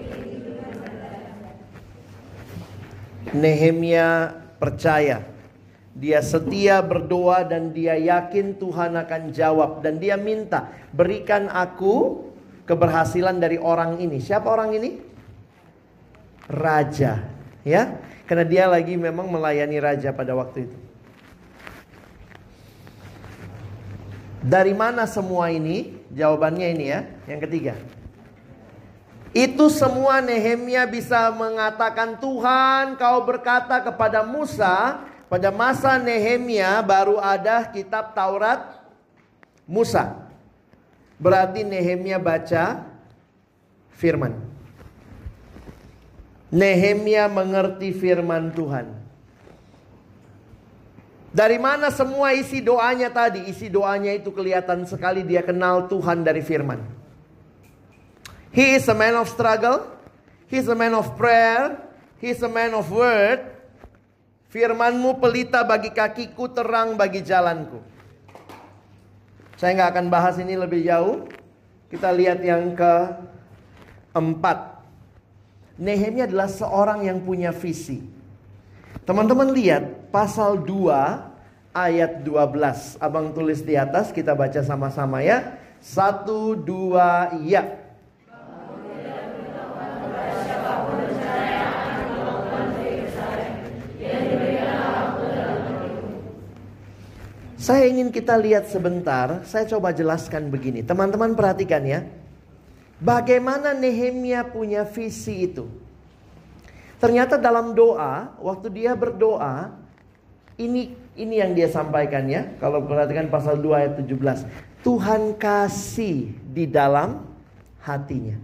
Nehemia percaya. Dia setia berdoa dan dia yakin Tuhan akan jawab. Dan dia minta, berikan aku keberhasilan dari orang ini. Siapa orang ini? Raja, ya. Karena dia lagi memang melayani raja pada waktu itu. Dari mana semua ini? Jawabannya ini ya, yang ketiga. Itu semua Nehemia bisa mengatakan, Tuhan, Kau berkata kepada Musa. Pada masa Nehemia baru ada kitab Taurat Musa. Berarti Nehemia baca firman. Nehemia mengerti firman Tuhan. Dari mana semua isi doanya tadi? Isi doanya itu kelihatan sekali dia kenal Tuhan dari firman. He is a man of struggle. He is a man of prayer. He is a man of word. Firman-Mu pelita bagi kakiku, terang bagi jalanku. Saya nggak akan bahas ini lebih jauh. Kita lihat yang keempat. Nehemia adalah seorang yang punya visi. Teman-teman lihat pasal 2 ayat 12. Abang tulis di atas, kita baca sama-sama ya. 1, 2, ya. Saya ingin kita lihat sebentar. Saya coba jelaskan begini. Teman-teman perhatikan ya. Bagaimana Nehemia punya visi itu. Ternyata dalam doa, waktu dia berdoa, ini yang dia sampaikan ya. Kalau perhatikan pasal 2 ayat 17. Tuhan kasih di dalam hatinya.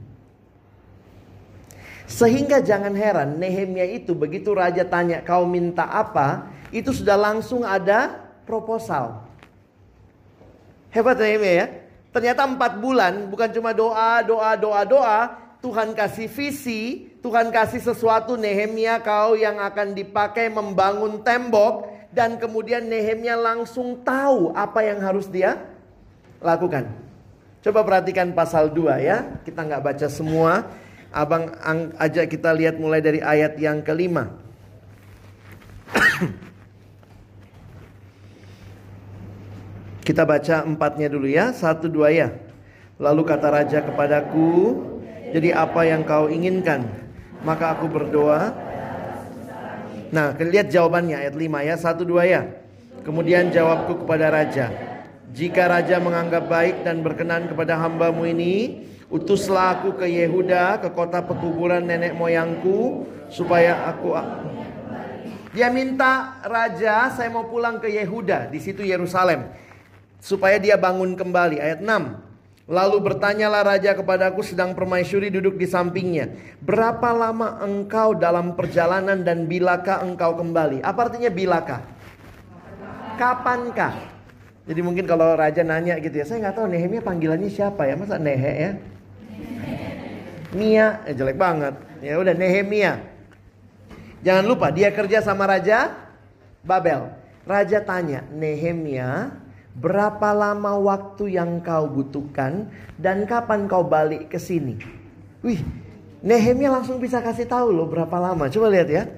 Sehingga jangan heran, Nehemia itu begitu raja tanya, kau minta apa? Itu sudah langsung ada proposal. Hebat Nehemia ya. Ternyata 4 bulan, bukan cuma doa. Tuhan kasih visi, Tuhan kasih sesuatu. Nehemia, kau yang akan dipakai membangun tembok. Dan kemudian Nehemia langsung tahu apa yang harus dia lakukan. Coba perhatikan pasal 2 ya. Kita nggak baca semua. Abang ajak kita lihat mulai dari ayat yang kelima. Kita baca 4-nya dulu ya. 1, 2 ya. Lalu kata raja kepadaku, jadi apa yang kau inginkan? Maka aku berdoa. Nah, lihat jawabannya ayat 5 ya. 1, 2 ya. Kemudian jawabku kepada raja, jika raja menganggap baik dan berkenan kepada hamba-Mu ini, utuslah aku ke Yehuda, ke kota pekuburan nenek moyangku, supaya aku... Dia minta raja, saya mau pulang ke Yehuda, di situ Yerusalem, supaya dia bangun kembali. Ayat 6. Lalu bertanyalah raja kepadaku, sedang permaisuri duduk di sampingnya, berapa lama engkau dalam perjalanan dan bilakah engkau kembali? Apa artinya bilakah? Kapankah? Jadi mungkin kalau raja nanya gitu ya, saya nggak tahu Nehemia panggilannya siapa ya, masa Nehe ya? Mia, jelek banget. Ya udah Nehemia. Jangan lupa dia kerja sama raja Babel. Raja tanya, Nehemia, berapa lama waktu yang kau butuhkan dan kapan kau balik ke sini? Wih, Nehemia langsung bisa kasih tahu loh berapa lama. Coba lihat ya.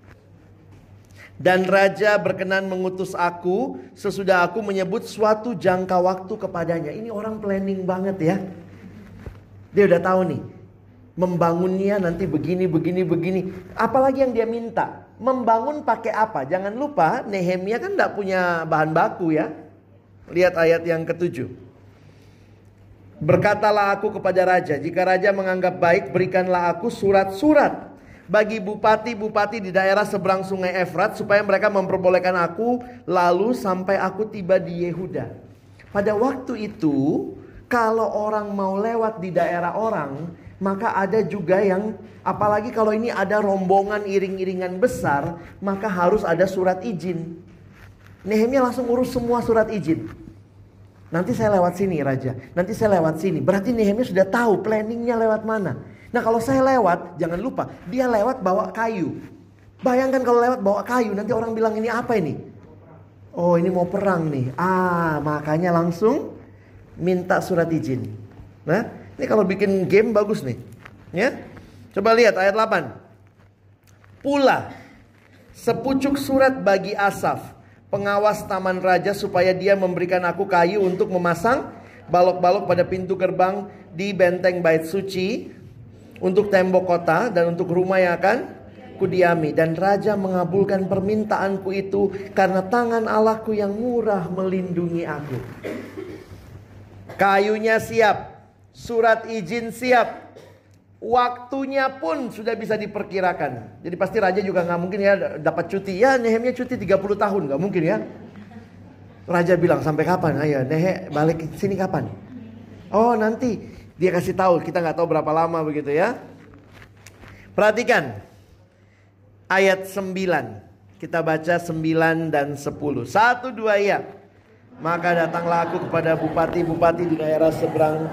Dan raja berkenan mengutus aku sesudah aku menyebut suatu jangka waktu kepadanya. Ini orang planning banget ya. Dia udah tahu nih, membangunnya nanti begini. Apalagi yang dia minta, membangun pakai apa? Jangan lupa Nehemia kan gak punya bahan baku ya. Lihat ayat yang ke-7. Berkatalah aku kepada raja, jika raja menganggap baik, berikanlah aku surat-surat bagi bupati-bupati di daerah seberang sungai Efrat, supaya mereka memperbolehkan aku lalu sampai aku tiba di Yehuda. Pada waktu itu, kalau orang mau lewat di daerah orang, maka ada juga yang, apalagi kalau ini ada rombongan iring-iringan besar, maka harus ada surat izin. Nehemia langsung urus semua surat izin. Nanti saya lewat sini raja, nanti saya lewat sini. Berarti Nehemia sudah tahu planningnya lewat mana. Nah kalau saya lewat, jangan lupa dia lewat bawa kayu. Bayangkan kalau lewat bawa kayu, nanti orang bilang ini apa ini? Oh, ini mau perang nih. Makanya langsung minta surat izin. Nah, ini kalau bikin game bagus nih. Ya. Coba lihat ayat 8. Pula sepucuk surat bagi Asaf, pengawas taman raja, supaya dia memberikan aku kayu untuk memasang balok-balok pada pintu gerbang di benteng bait suci, untuk tembok kota dan untuk rumah yang akan kudiami. Dan raja mengabulkan permintaanku itu karena tangan Allahku yang murah melindungi aku. Kayunya siap, surat izin siap, waktunya pun sudah bisa diperkirakan. Jadi pasti raja juga gak mungkin ya dapat cuti. Ya Nehemia cuti 30 tahun, gak mungkin ya. Raja bilang sampai kapan? Ayo Nehe balik sini kapan? Oh nanti dia kasih tahu, kita gak tahu berapa lama begitu ya. Perhatikan ayat 9. Kita baca 9 dan 10. 1, 2 ya. Maka datanglah aku kepada bupati-bupati di daerah seberang.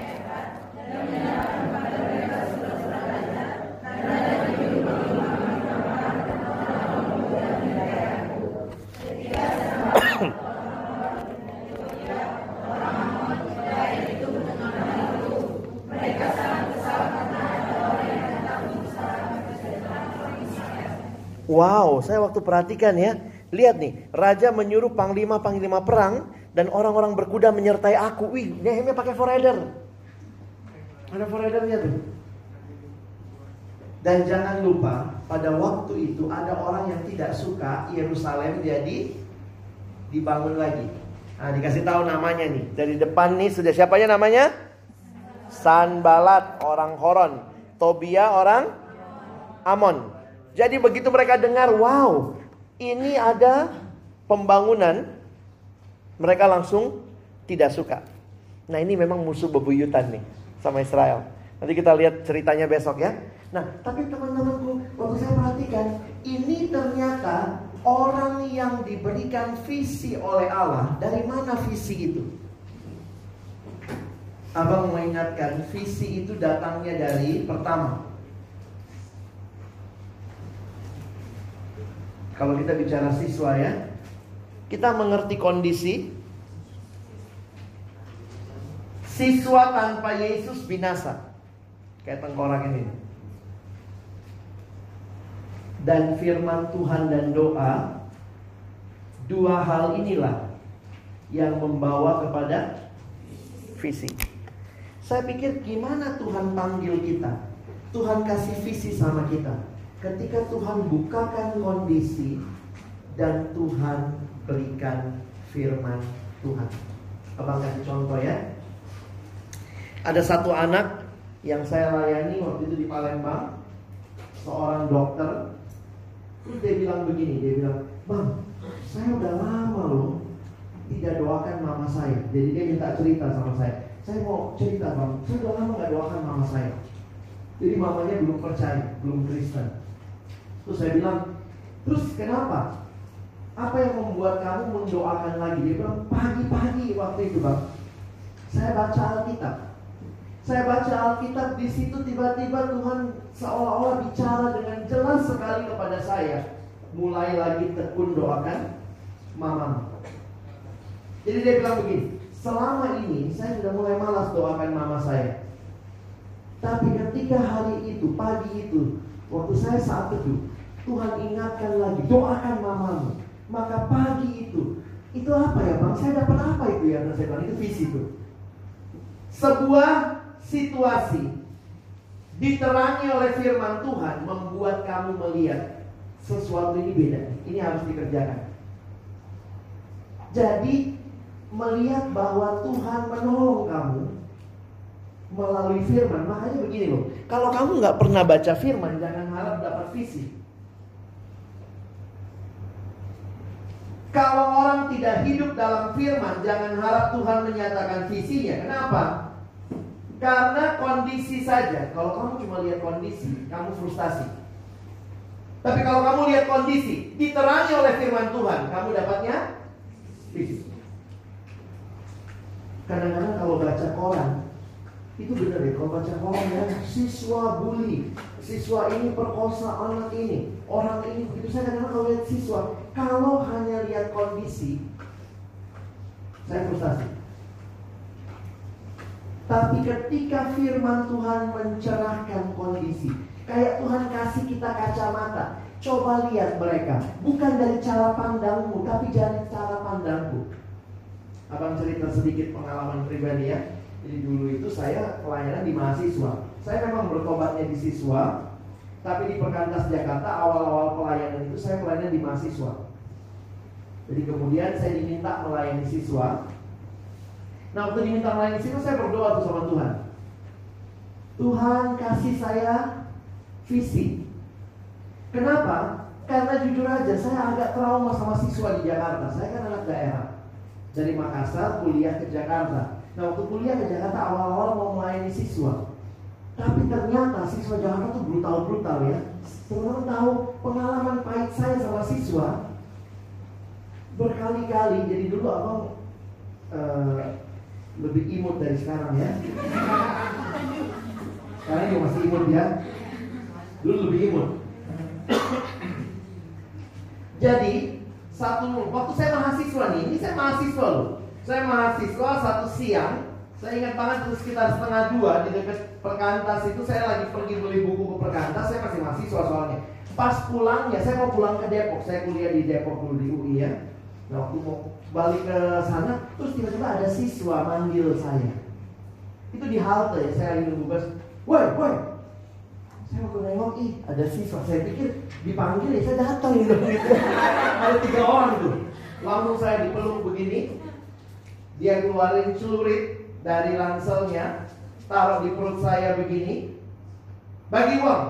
Wow, saya waktu perhatikan ya. Lihat nih, raja menyuruh panglima-panglima perang dan orang-orang berkuda menyertai aku. Wih, Nehemia pakai forerunner. Ada forerunnernya tuh. Dan jangan lupa, pada waktu itu ada orang yang tidak suka Yerusalem jadi dibangun lagi. Nah, dikasih tahu namanya nih. Dari depan nih sudah siapanya namanya? Sanbalat, orang Horon. Tobia, orang Amon. Jadi begitu mereka dengar, wow, ini ada pembangunan, mereka langsung tidak suka. Nah ini memang musuh bebuyutan nih sama Israel. Nanti kita lihat ceritanya besok ya. Nah tapi teman-temanku, waktu saya perhatikan, ini ternyata orang yang diberikan visi oleh Allah. Dari mana visi itu? Abang mengingatkan, visi itu datangnya dari pertama, kalau kita bicara siswa ya, kita mengerti kondisi siswa tanpa Yesus binasa, kayak tengkorak ini. Dan firman Tuhan dan doa, dua hal inilah yang membawa kepada visi. Saya pikir gimana Tuhan panggil kita, Tuhan kasih visi sama kita. Ketika Tuhan bukakan kondisi dan Tuhan berikan firman Tuhan. Abang kasih contoh ya. Ada satu anak yang saya layani waktu itu di Palembang, seorang dokter. Terus dia bilang begini, dia bilang, "Bang, saya udah lama loh tidak doakan mama saya." Jadi dia minta cerita sama saya. "Saya mau cerita bang, saya udah lama gak doakan mama saya." Jadi mamanya belum percaya, belum Kristen. Terus saya bilang, "Terus kenapa? Apa yang membuat kamu mendoakan lagi?" Dia bilang, "Pagi-pagi waktu itu bang, saya baca Alkitab. Saya baca Alkitab, di situ tiba-tiba Tuhan seolah-olah bicara dengan jelas sekali kepada saya. Mulai lagi tekun doakan mamamu." Jadi dia bilang begini, "Selama ini saya sudah mulai malas doakan mama saya. Tapi ketika hari itu, pagi itu, waktu saya saat teduh, Tuhan ingatkan lagi, doakan mamamu. Maka pagi itu apa ya bang? Saya dapat apa itu ya?" Dan saya bilang, "Itu visi itu." Sebuah situasi diterangi oleh firman Tuhan membuat kamu melihat sesuatu ini beda. Ini harus dikerjakan. Jadi melihat bahwa Tuhan menolong kamu melalui firman. Makanya begini loh, kalau kamu gak pernah baca firman, jangan harap dapat visi. Kalau orang tidak hidup dalam firman, jangan harap Tuhan menyatakan visinya. Kenapa? Karena kondisi saja. Kalau kamu cuma lihat kondisi, kamu frustasi. Tapi kalau kamu lihat kondisi diterangi oleh firman Tuhan, kamu dapatnya visi. Kadang-kadang kalau baca koran, Itu benar ya, kalau baca kolom ya, siswa bully, siswa ini perkosa anak ini, orang ini begitu. Saya kadang-kadang kalau lihat siswa, kalau hanya lihat kondisi, saya frustasi. Tapi ketika firman Tuhan mencerahkan kondisi, kayak Tuhan kasih kita kacamata, coba lihat mereka, bukan dari cara pandangmu, tapi dari cara pandangku. Abang cerita sedikit pengalaman pribadi ya. Jadi dulu itu saya pelayanan di mahasiswa. Saya memang bertobatnya di siswa, tapi di Perkantas Jakarta awal-awal pelayanan itu saya pelayanan di mahasiswa. Jadi kemudian saya diminta melayani siswa. Nah, waktu diminta melayani siswa, saya berdoa tuh sama Tuhan. Tuhan kasih saya visi. Kenapa? Karena jujur aja saya agak trauma sama siswa di Jakarta. Saya kan anak daerah, dari Makassar kuliah ke Jakarta. Nah, waktu kuliah ke Jakarta awal-awal mau melayani siswa, tapi ternyata siswa Jakarta tuh brutal-brutal ya. Teman-teman tahu pengalaman pahit saya sama siswa berkali-kali. Jadi dulu abang lebih imut dari sekarang ya. Sekarang juga masih imut ya. Dulu lebih imut. Jadi waktu saya mahasiswa nih, ini saya mahasiswa loh. Saya mahasiswa satu siang, saya ingat banget itu sekitar 1:30 di dekat Perkantas itu, saya lagi pergi beli buku ke Perkantas. Saya masih mahasiswa soalnya. Pas pulangnya, saya mau pulang ke Depok. Saya kuliah di Depok dulu di UI ya. Nah, waktu mau balik ke sana, terus tiba-tiba ada siswa manggil saya. Itu di halte ya, saya lagi nunggu bus. Woi. Saya waktu nengok, ada siswa. Saya pikir dipanggil ya, saya datang gitu. Ada 3 orang tuh. Langsung saya dipeluk begini. Dia keluarin celurit dari ranselnya, taruh di perut saya begini, bagi uang.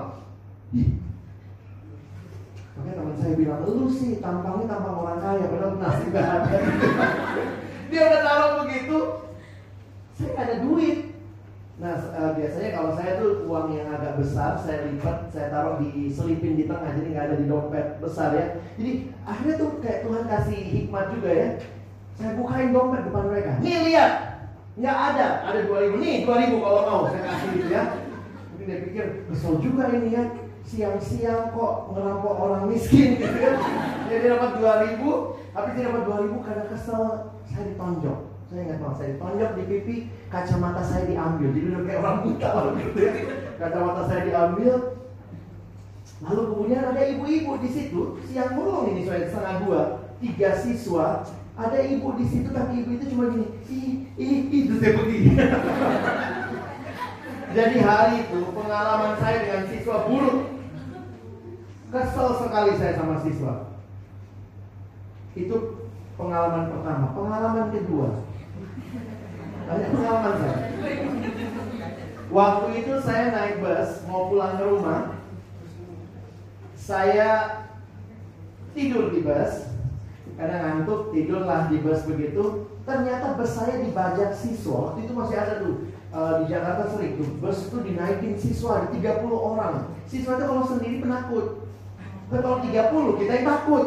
Makanya teman saya bilang, lu sih tampangnya tampang orang kaya, padahal nasib gak ada. Dia udah taruh begitu, saya gak ada duit. Nah, biasanya kalau saya tuh uang yang agak besar, saya lipat, saya taruh selipin di tengah, jadi gak ada di dompet besar ya. Jadi akhirnya tuh kayak Tuhan kasih hikmat juga ya. Saya bukain dompet depan mereka. Nih lihat, nggak ada 2.000. Nih 2.000 kalau mau saya kasih gitu ya. Mungkin dia pikir kesel juga ini ya, siang-siang kok ngerampok orang miskin gitu ya. Dia dapat 2.000, tapi dia dapat 2.000 karena kesel. Saya ditonjok. Saya ingat banget, saya ditonjok di pipi, kacamata saya diambil. Jadi udah kayak orang buta gitu ya. Kacamata saya diambil. Lalu kemudian ada ibu-ibu di situ, siang bolong ini soalnya 1:30, 3 siswa. Ada ibu di situ, tapi ibu itu cuma gini, itu saya pergi. Jadi hari itu pengalaman saya dengan siswa buruk. Kesel sekali saya sama siswa. Itu pengalaman pertama. Pengalaman kedua, banyak pengalaman saya. Waktu itu saya naik bus mau pulang ke rumah. Saya tidur di bus. Karena ngantuk, tidurlah di bus begitu. Ternyata bus saya dibajak siswa. Waktu itu masih ada tuh di Jakarta sering tuh bus itu dinaikin siswa, ada 30 orang. Siswa itu kalau sendiri penakut, tapi kalau 30 kita yang takut.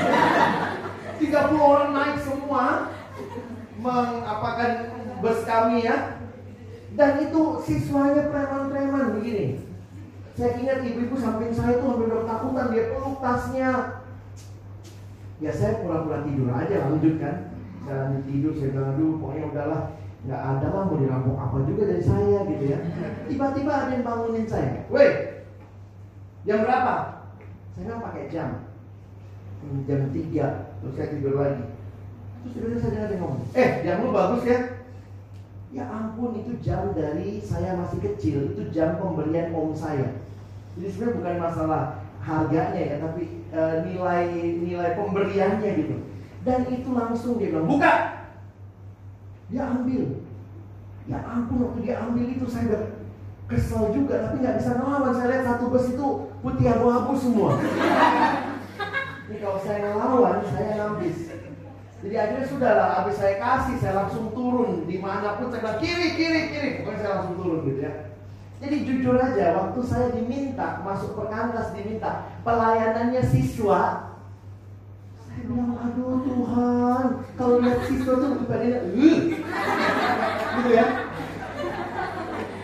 30 orang naik semua mengapakan bus kami ya. Dan itu siswanya preman-preman begini. Saya ingat ibu-ibu samping saya tuh hampir ketakutan, dia peluk tasnya. Ya saya pura-pura tidur aja, lanjut kan. Saya tidur, saya bilang aduh pokoknya udahlah, nggak ada lah mau dirampok apa juga dari saya gitu ya. Tiba-tiba ada yang bangunin saya. Weh, jam berapa? Saya bilang pakai jam. Jam 3. Terus saya tidur lagi. Terus tiba-tiba saya dengar dia ngomong, jam lu bagus ya. Ya ampun, itu jam dari saya masih kecil. Itu jam pemberian om saya. Jadi sebenarnya bukan masalah harganya ya, tapi nilai pemberiannya gitu. Dan itu langsung dia bilang, buka. Dia ambil. Ya ampun, waktu dia ambil itu saya udah kesel juga, tapi nggak bisa ngelawan. Saya lihat satu bus itu putih abu-abu semua. Ini kalau saya ngelawan, saya nambis. Jadi akhirnya sudahlah, habis saya kasih, saya langsung turun dimanapun saya bilang kiri. Pokoknya saya langsung turun gitu ya. Jadi jujur aja, waktu saya diminta masuk Perkantas, diminta pelayanannya siswa, saya bilang aduh Tuhan, kalau lihat siswa tuh pada gitu ya.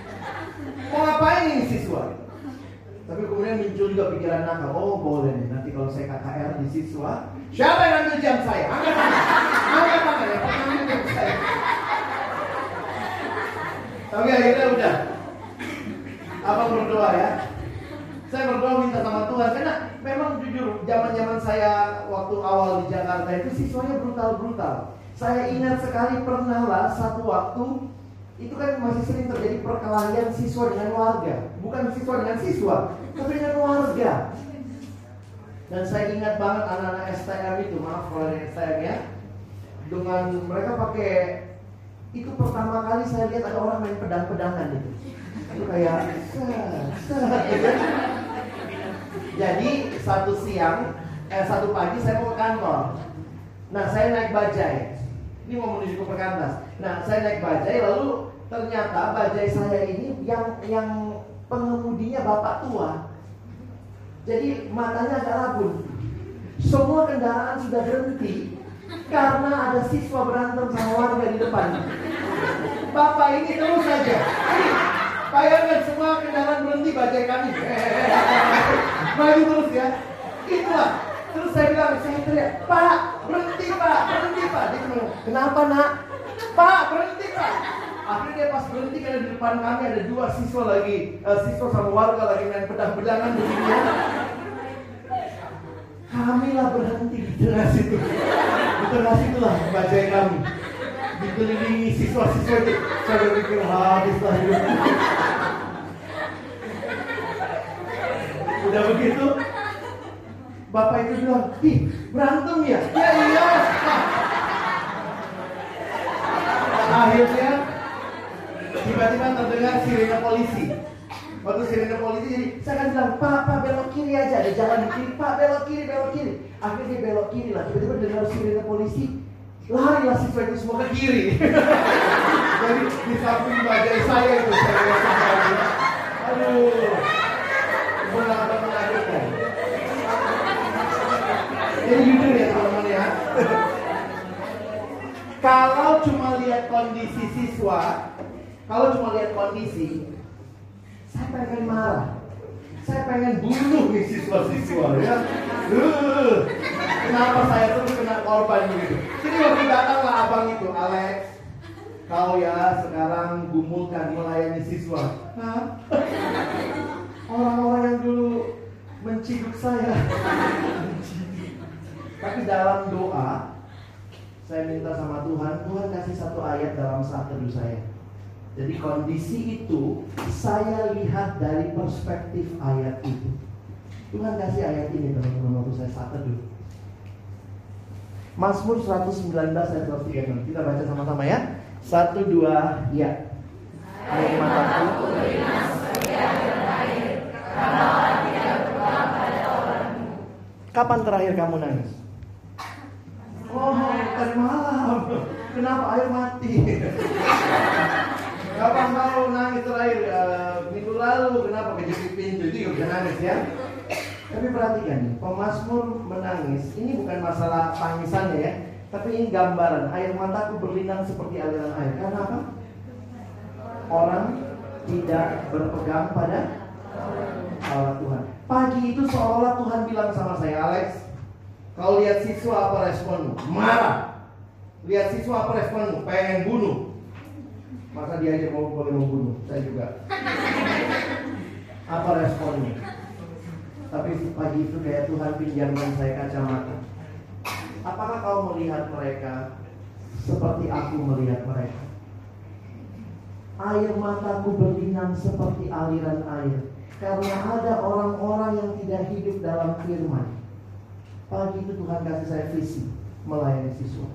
kemudian muncul juga pikiran nakal. Oh boleh nih, nanti kalau saya KKR di siswa, siapa yang ambil jam saya? Angkat tangan ya, ambil jam saya. Oke, akhirnya udah. Abang berdoa ya. Saya berdoa minta sama Tuhan, karena memang jujur zaman saya waktu awal di Jakarta itu siswanya brutal. Saya ingat sekali pernah lah satu waktu itu kan masih sering terjadi perkelahian siswa dengan warga. Bukan siswa dengan siswa, tapi dengan warga. Dan saya ingat banget anak-anak STM itu, maaf kalau ada STM ya, dengan mereka pakai, itu pertama kali saya lihat ada orang main pedang-pedangan itu. Itu kayak gitu. Jadi satu pagi saya mau ke kantor. Nah saya naik bajai. Ini mau menuju ke Perkantas. Nah saya naik bajai, lalu ternyata bajai saya ini yang pengemudinya bapak tua. Jadi matanya agak rabun. Semua kendaraan sudah berhenti karena ada siswa berantem sama warga di depan. Bapak ini terus saja. Bayangkan semua kendaraan berhenti, bajai kami maju terus ya. Itulah. Terus saya bilang, saya teriak, Pak, berhenti Pak. Dia bilang, kenapa nak? Pak, berhenti Pak. Akhirnya dia pas berhenti karena di depan kami ada dua siswa sama warga lagi main pedang-pedangan begini ya. Kami lah berhenti di tengah situ. Di tengah situlah bajai kami dikelilingi siswa-siswa itu. Saya pikir habislah hidup. Udah begitu, bapak itu bilang, ih berantem ya? Ya iya. Akhirnya tiba-tiba terdengar sirene polisi. Waktu sirene polisi, jadi saya kan bilang, Pak belok kiri aja, ada jalan di kiri, Pak belok kiri. Akhirnya dia belok kiri lah, tiba-tiba dengar sirene polisi, larilah siswa itu semua ke kiri. Jadi di samping bajai saya itu, saya lihat. Aduh, benar-benar menakutkan. Jadi jujur ya teman-teman ya. Kalau cuma lihat kondisi siswa, saya pengen marah. Saya pengen bunuh nih siswa-siswa ya. Kenapa saya terus kena korban begitu? Jadi waktu datanglah abang itu, Alex, kau ya sekarang gumulkan melayani siswa. Hah? Orang-orang yang dulu menciduk saya. Tapi dalam doa, saya minta sama Tuhan kasih satu ayat dalam saat teduh saya. Jadi kondisi itu saya lihat dari perspektif ayat itu. Tuhan kasih ayat ini teman-teman waktu saya saat teduh. Mazmur 119 ayat 136. Kita baca sama-sama ya. 1, 2, ya. Air mataku kapan terakhir kamu nangis? Oh, tadi malam. Kenapa air mati? Kapan kamu nangis terakhir? Minggu lalu. Kenapa kejepit pintu? Itu juga bisa nangis ya. Tapi perhatikan nih, pemazmur menangis. Ini bukan masalah tangisannya ya, tapi ini gambaran. Air mataku berlinang seperti aliran air. Karena apa? Orang tidak berpegang pada Allah Tuhan. Pagi itu seolah Tuhan bilang sama saya, Alex, kau lihat siswa apa responmu? Marah. Lihat siswa apa responmu? Pengen bunuh. Masa dia aja boleh membunuh? Saya juga. Apa responnya? Tapi pagi itu kayak Tuhan pinjamkan saya kacamata. Apakah kau melihat mereka seperti aku melihat mereka? Air mataku berlinang seperti aliran air, karena ada orang-orang yang tidak hidup dalam firman. Pagi itu Tuhan kasih saya visi melayani siswa.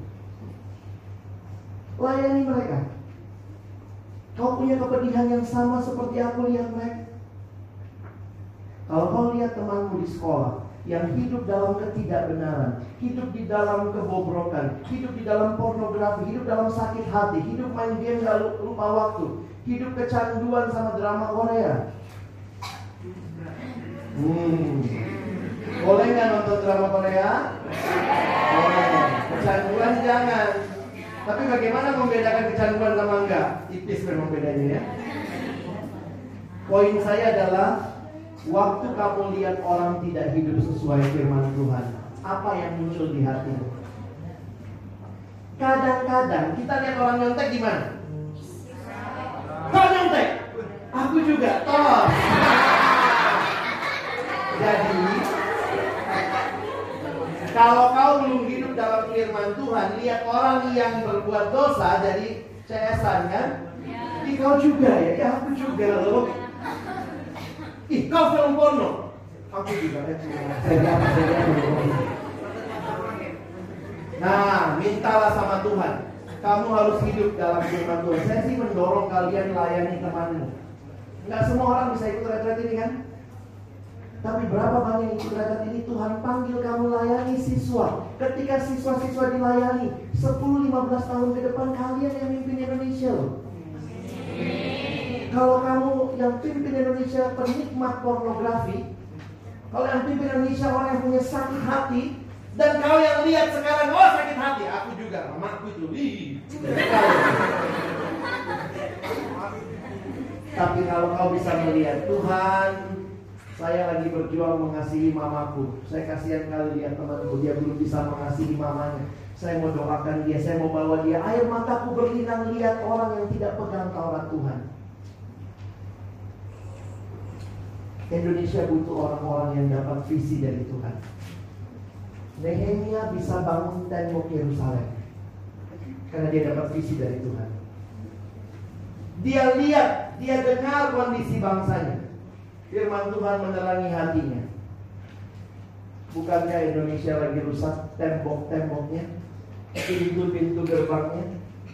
Layani mereka. Kau punya kepedihan yang sama seperti aku lihat mereka. Kalau kau lihat temanmu di sekolah yang hidup dalam ketidakbenaran, hidup di dalam kebobrokan, hidup di dalam pornografi, hidup dalam sakit hati, hidup main game gak lupa waktu, hidup kecanduan sama drama Korea. Boleh nggak nonton drama Korea? Boleh. Kecanduan jangan. Tapi bagaimana membedakan kecanduan sama enggak? Tipis memang bedanya ya. Poin saya adalah Waktu kamu lihat orang tidak hidup sesuai firman Tuhan, apa yang muncul di hatimu? Kadang-kadang kita lihat orang nyontek gimana? Kau nyontek? Aku juga, tolong. Jadi kalau kau belum hidup dalam firman Tuhan, lihat orang yang berbuat dosa, jadi CS-an kan? Ih, kau juga ya? Ya aku juga loh. Ih, kau film porno? Aku juga ya. Nah, mintalah sama Tuhan. Kamu harus hidup dalam firman Tuhan. Saya sih mendorong kalian layani temanmu. Nggak semua orang bisa ikut retret ini kan? Tapi berapa banyak yang ikut retret ini Tuhan panggil kamu layani siswa. Ketika siswa-siswa dilayani 10-15 tahun ke depan kalian yang mimpin Indonesia loh. Kalau kamu yang pimpin Indonesia penikmat pornografi, kalau yang pimpin Indonesia orang yang punya sakit hati, dan kau yang lihat sekarang, oh sakit hati, aku juga, mamaku itu, Tapi kalau kau bisa melihat, Tuhan, saya lagi berjuang mengasihi mamaku. Saya kasihan kali lihat temanku, dia belum bisa mengasihi mamanya. Saya mau doakan dia, saya mau bawa dia. Air mataku berlinang lihat orang yang tidak pegang Taurat Tuhan. Indonesia butuh orang-orang yang dapat visi dari Tuhan. Nehemia bisa bangun tembok Yerusalem karena dia dapat visi dari Tuhan. Dia lihat, dia dengar kondisi bangsanya. Firman Tuhan menerangi hatinya. Bukankah Indonesia lagi rusak tembok-temboknya, pintu-pintu gerbangnya,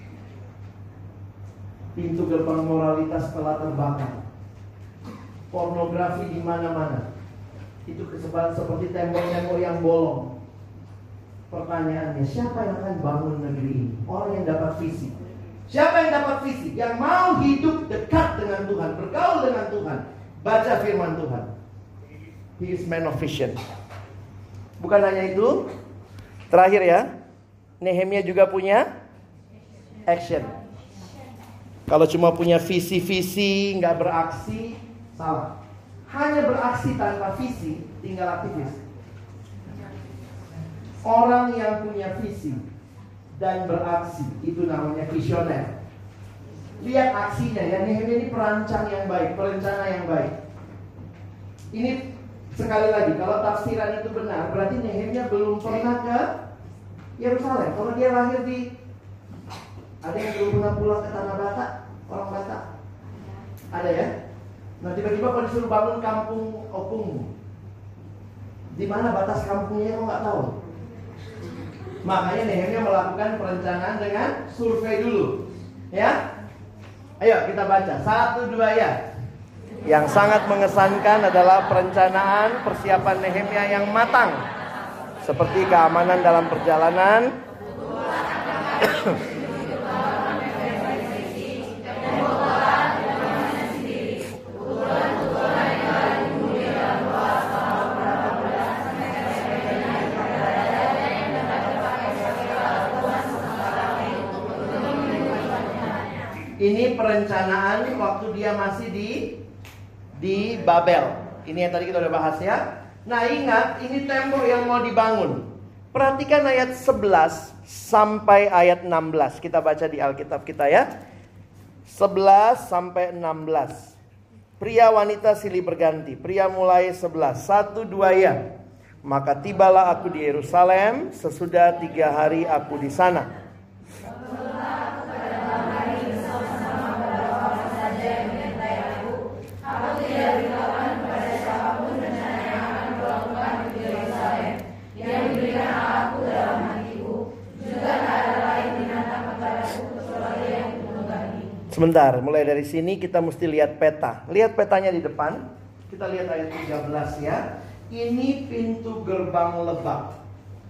pintu gerbang moralitas telah terbakar. Pornografi di mana-mana. Itu kesempatan seperti tembok-tembok yang bolong. Pertanyaannya, siapa yang akan bangun negeri ini? Orang yang dapat visi. Siapa yang dapat visi? Yang mau hidup dekat dengan Tuhan, bergaul dengan Tuhan, baca firman Tuhan. He is man of vision. Bukan hanya itu, terakhir ya, Nehemia juga punya action. Kalau cuma punya visi-visi, nggak beraksi, salah. Hanya beraksi tanpa visi, tinggal aktivis. Orang yang punya visi dan beraksi, itu namanya visioner. Lihat aksinya ya, Nehemia ini perancang yang baik, perencana yang baik. Ini sekali lagi, kalau tafsiran itu benar, berarti Nehemia belum pernah ke Yerusalem. Kalau dia lahir di, ada yang belum pernah pulang ke Tanah Batak, orang Batak? Ada ya? Nah tiba-tiba kalau disuruh bangun kampung opungmu, di mana batas kampungnya kok nggak tahu? Makanya Nehemia melakukan perencanaan dengan survei dulu. Ya? Ayo kita baca 1, 2 ya. Yang sangat mengesankan adalah perencanaan persiapan Nehemia yang matang, seperti keamanan dalam perjalanan, ini perencanaan waktu dia masih di Babel. Ini yang tadi kita udah bahas ya. Nah ingat, ini tembok yang mau dibangun. Perhatikan ayat 11 sampai ayat 16. Kita baca di Alkitab kita ya. 11 sampai 16. Pria wanita silih berganti. Pria mulai 11. 1, 2 ya. Maka tibalah aku di Yerusalem. Sesudah 3 hari aku di sana. Sebentar, mulai dari sini kita mesti lihat peta. Lihat petanya di depan. Kita lihat ayat 13 ya. Ini pintu gerbang Lebak.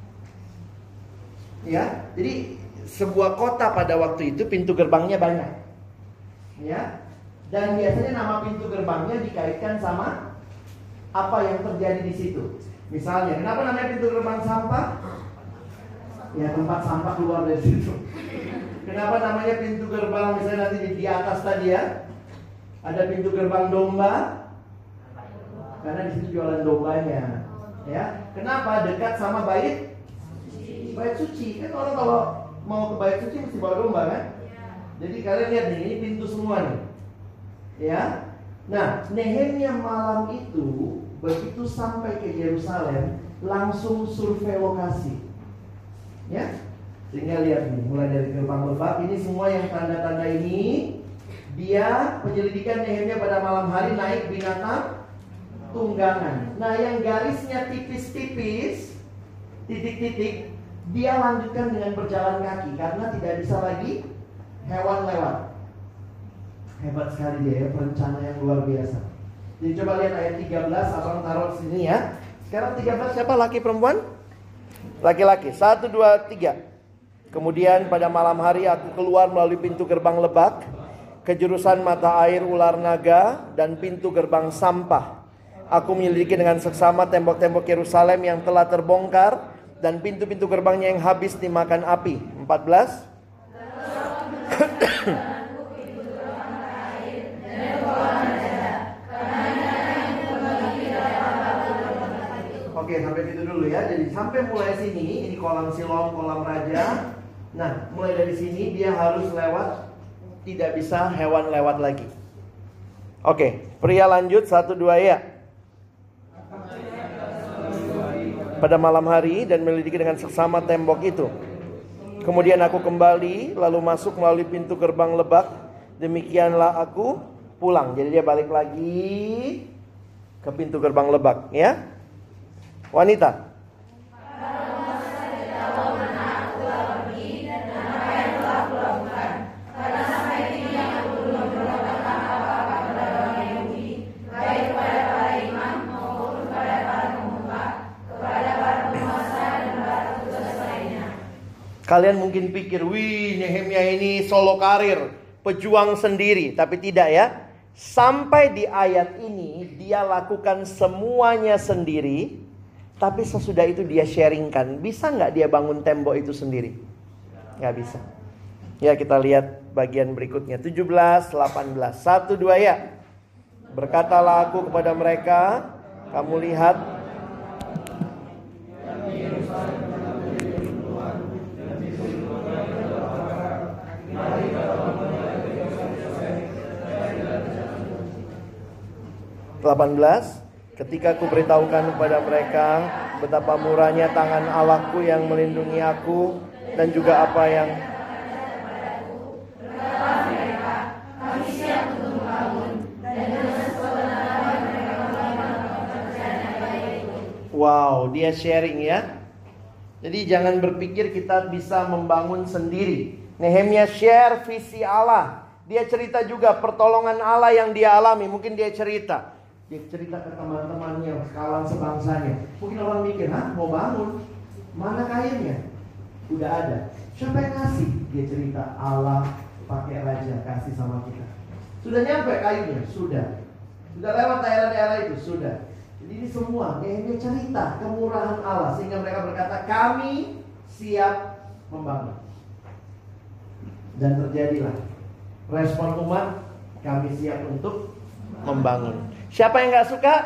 Ya, jadi sebuah kota pada waktu itu pintu gerbangnya banyak. Ya. Dan biasanya nama pintu gerbangnya dikaitkan sama apa yang terjadi di situ. Misalnya, kenapa namanya pintu gerbang sampah? Ya, tempat sampah keluar dari situ. Kenapa namanya pintu gerbang, misalnya nanti di atas tadi ya, ada pintu gerbang domba, karena di situ jualan dombanya. Ya, kenapa? Dekat sama bait suci. Kan orang kalau mau ke bait suci mesti bawa domba kan? Jadi kalian lihat nih, ini pintu semua nih. Ya. Nah, Nehemia malam itu begitu sampai ke Yerusalem langsung survei lokasi. Ya. Sehingga lihat nih, mulai dari gerbang lebak, ini semua yang tanda-tanda ini dia penyelidikan Nehemia pada malam hari naik binatang tunggangan. Nah, yang garisnya tipis-tipis, titik-titik, dia lanjutkan dengan berjalan kaki karena tidak bisa lagi hewan lewat. Hebat sekali dia ya, perencana yang luar biasa. Jadi coba lihat ayat 13, abang taruh sini ya. Sekarang 13 siapa? Laki perempuan? Laki-laki. 1, 2, 3. Kemudian pada malam hari aku keluar melalui pintu gerbang lebak ke jurusan mata air ular naga dan pintu gerbang sampah. Aku menyelidiki dengan seksama tembok-tembok Yerusalem yang telah terbongkar dan pintu-pintu gerbangnya yang habis dimakan api. 14. Oke, sampai situ dulu ya. Jadi sampai mulai sini, ini kolam Silom, kolam raja. Nah, mulai dari sini dia harus lewat, tidak bisa hewan lewat lagi. Oke, pria lanjut 1, 2 ya. Pada malam hari dan menyelidiki dengan seksama tembok itu. Kemudian aku kembali lalu masuk melalui pintu gerbang lebak. Demikianlah aku pulang. Jadi dia balik lagi ke pintu gerbang lebak ya. Wanita. Kalian mungkin pikir, wih Nehemia ini solo karir, pejuang sendiri. Tapi tidak ya. Sampai di ayat ini dia lakukan semuanya sendiri. Tapi sesudah itu dia sharingkan. Bisa gak dia bangun tembok itu sendiri? Gak bisa. Ya kita lihat bagian berikutnya 17, 18, 1, 2 ya. Berkatalah aku kepada mereka, kamu lihat ketika aku beritahukan kepada mereka betapa murahnya tangan Allahku yang melindungi aku dan juga apa yang wow, dia sharing ya. Jadi jangan berpikir kita bisa membangun sendiri. Nehemia share visi Allah. Dia cerita juga pertolongan Allah yang dia alami. Mungkin dia cerita ke teman-temannya, kawan sebangsanya. Mungkin orang mikir, mau bangun, mana kainnya? Udah ada. Siapa yang ngasih? Dia cerita, Allah pakai raja kasih sama kita. Sudah nyampe kainnya? Sudah. Sudah lewat daerah-daerah itu? Sudah. Jadi ini semua Nehemia cerita kemurahan Allah, sehingga mereka berkata, kami siap membangun. Dan terjadilah respon umat, kami siap untuk membangun. Siapa yang gak suka?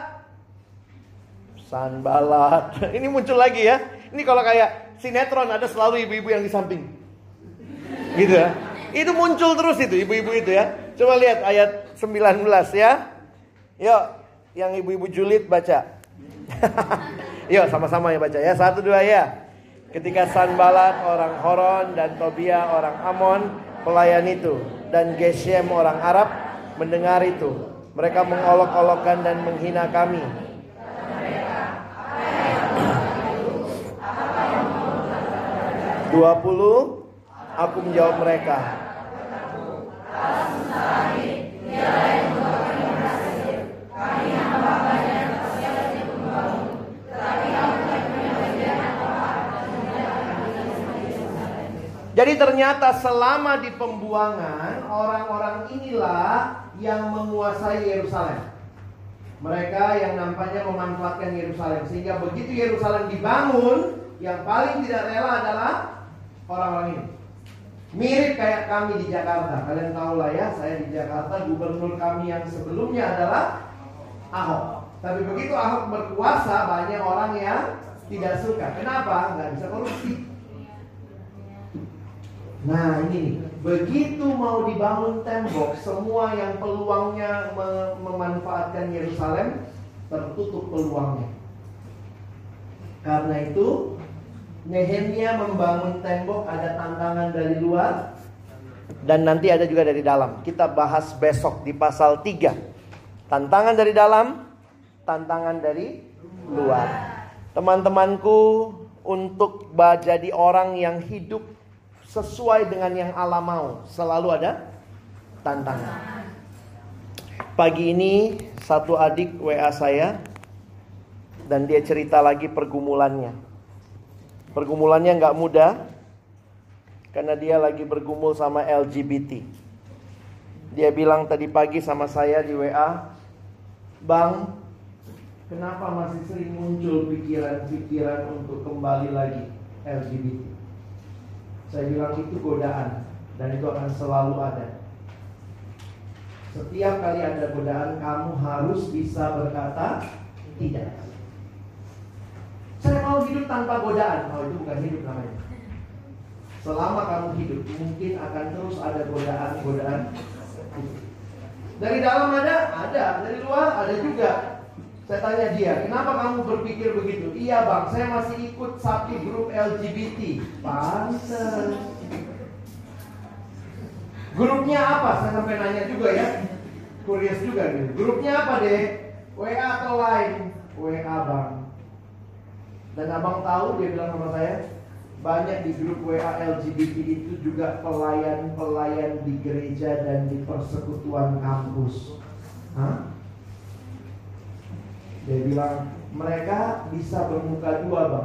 Sanballat. Ini muncul lagi ya. Ini kalau kayak sinetron ada selalu ibu-ibu yang di samping. Gitu ya. Itu muncul terus itu ibu-ibu itu ya. Coba lihat ayat 19 ya. Yuk, yang ibu-ibu julid baca. Yuk sama-sama ya baca ya. 1, 2 ya. Ketika Sanballat orang Horon dan Tobia orang Amon, pelayan itu, dan Geshem orang Arab mendengar itu, mereka mengolok-olokkan dan menghina kami. Dua 20, aku menjawab mereka. Jadi ternyata selama di pembuangan, orang-orang inilah yang menguasai Yerusalem. Mereka yang nampaknya memanfaatkan Yerusalem. Sehingga begitu Yerusalem dibangun, yang paling tidak rela adalah orang-orang ini. Mirip kayak kami di Jakarta. Kalian tahu lah ya, saya di Jakarta, gubernur kami yang sebelumnya adalah Ahok. Tapi begitu Ahok berkuasa, banyak orang yang tidak suka. Kenapa? Nggak bisa korupsi. Nah ini nih, begitu mau dibangun tembok, semua yang peluangnya memanfaatkan Yerusalem, tertutup peluangnya. Karena itu Nehemia membangun tembok, ada tantangan dari luar dan nanti ada juga dari dalam. Kita bahas besok di pasal 3. Tantangan dari dalam, tantangan dari luar. Teman-temanku, untuk jadi orang yang hidup sesuai dengan yang Allah mau, selalu ada tantangan. Pagi ini satu adik WA saya dan dia cerita lagi pergumulannya. Pergumulannya nggak mudah karena dia lagi bergumul sama LGBT. Dia bilang tadi pagi sama saya di WA, "Bang, kenapa masih sering muncul pikiran-pikiran untuk kembali lagi LGBT?" Saya bilang itu godaan dan itu akan selalu ada. Setiap kali ada godaan, kamu harus bisa berkata tidak. Saya mau hidup tanpa godaan. Oh, itu bukan hidup namanya. Selama kamu hidup, mungkin akan terus ada godaan-godaan. Dari dalam ada. Dari luar ada juga. Saya tanya dia, kenapa kamu berpikir begitu? Iya bang, saya masih ikut satu grup LGBT. Pantes. Grupnya apa? Saya sampai nanya juga ya. Curious juga nih. Grupnya apa deh? WA atau lain? WA bang. Dan abang tahu, dia bilang sama saya, banyak di grup WA LGBT itu juga pelayan-pelayan di gereja dan di persekutuan kampus. Hah? Dia bilang, mereka bisa bermuka dua bang.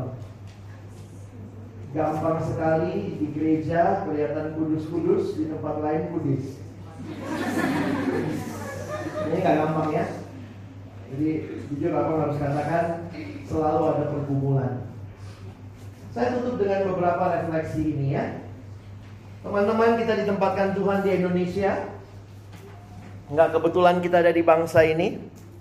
Gampang sekali di gereja kelihatan kudus-kudus, di tempat lain kudis. Ini gak gampang ya. Jadi jujur abang harus katakan, selalu ada pergumulan. Saya tutup dengan beberapa refleksi ini ya. Teman-teman, kita ditempatkan Tuhan di Indonesia. Nggak kebetulan kita ada di bangsa ini.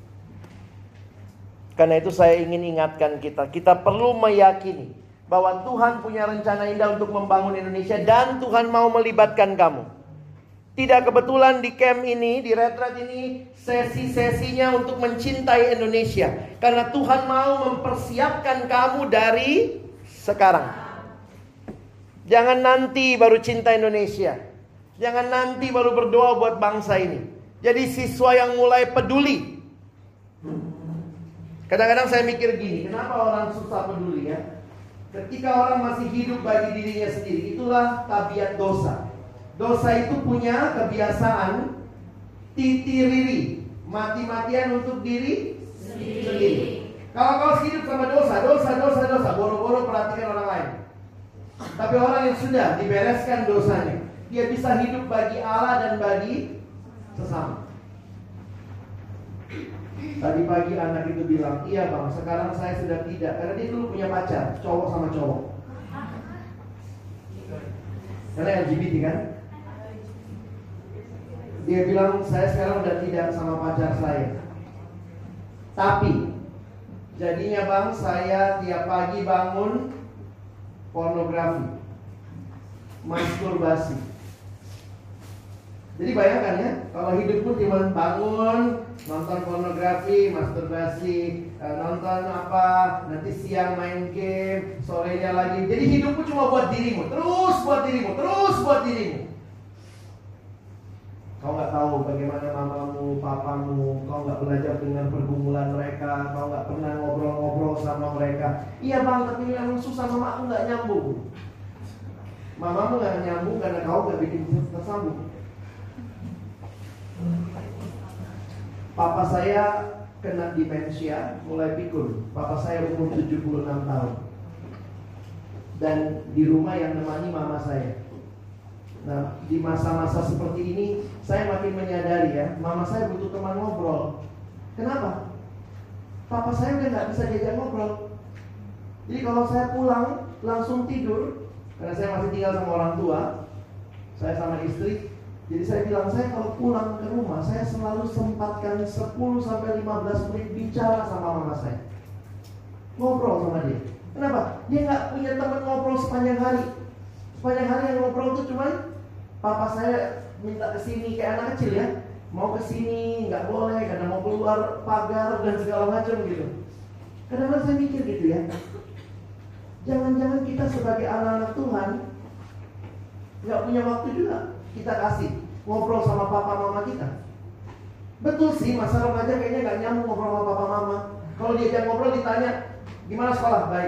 Karena itu saya ingin ingatkan kita perlu meyakini bahwa Tuhan punya rencana indah untuk membangun Indonesia dan Tuhan mau melibatkan kamu. Tidak kebetulan di camp ini, di retreat ini, sesi-sesinya untuk mencintai Indonesia. Karena Tuhan mau mempersiapkan kamu dari sekarang. Jangan nanti baru cinta Indonesia. Jangan nanti baru berdoa buat bangsa ini. Jadi siswa yang mulai peduli. Kadang-kadang saya mikir gini, kenapa orang susah peduli ya? Ketika orang masih hidup bagi dirinya sendiri, itulah tabiat dosa. Dosa itu punya kebiasaan titiriri, mati-matian untuk diri sendiri. Kalau kau hidup sama dosa, boro-boro perhatikan orang lain. Tapi orang yang sudah dibereskan dosanya, dia bisa hidup bagi Allah dan bagi sesama. Tadi pagi anak itu bilang, iya bang, sekarang saya sudah tidak. Karena dia dulu punya pacar, cowok sama cowok. Karena LGBT kan. Dia bilang, saya sekarang udah tidak sama pacar saya. Tapi jadinya bang, saya tiap pagi bangun pornografi, masturbasi. Jadi bayangkan ya, kalau hidup pun cuma bangun, nonton pornografi, masturbasi, nonton apa, nanti siang main game, sorenya lagi. Jadi hidupmu cuma buat dirimu, terus buat dirimu, terus buat dirimu. Kau nggak tahu bagaimana mamamu, papamu, kau nggak belajar dengan pergumulan mereka, kau nggak pernah ngobrol-ngobrol sama mereka. Iya bang, tapi memang susah, mama aku nggak nyambung. Mamamu nggak nyambung karena kau nggak bikin tersambung. Papa saya kena demensia, mulai pikun. Papa saya umur 76 tahun. Dan di rumah yang nemani mama saya. Nah, di masa-masa seperti ini, saya makin menyadari ya, mama saya butuh teman ngobrol. Kenapa? Papa saya udah gak bisa diajak ngobrol. Jadi kalau saya pulang, langsung tidur. Karena saya masih tinggal sama orang tua, saya sama istri. Jadi saya bilang, saya kalau pulang ke rumah, saya selalu sempatkan 10-15 menit bicara sama mama saya. Ngobrol sama dia. Kenapa? Dia nggak punya teman ngobrol sepanjang hari. Sepanjang hari yang ngobrol itu cuma papa saya minta kesini kayak anak kecil ya. Mau kesini, nggak boleh, karena mau keluar pagar dan segala macam gitu. Kadang-kadang saya mikir gitu ya. Jangan-jangan kita sebagai anak-anak Tuhan nggak punya waktu juga kita kasih ngobrol sama papa mama kita. Betul sih, masa remaja kayaknya nggak nyambung ngobrol sama papa mama. Kalau diajak ngobrol ditanya, gimana sekolah? Baik.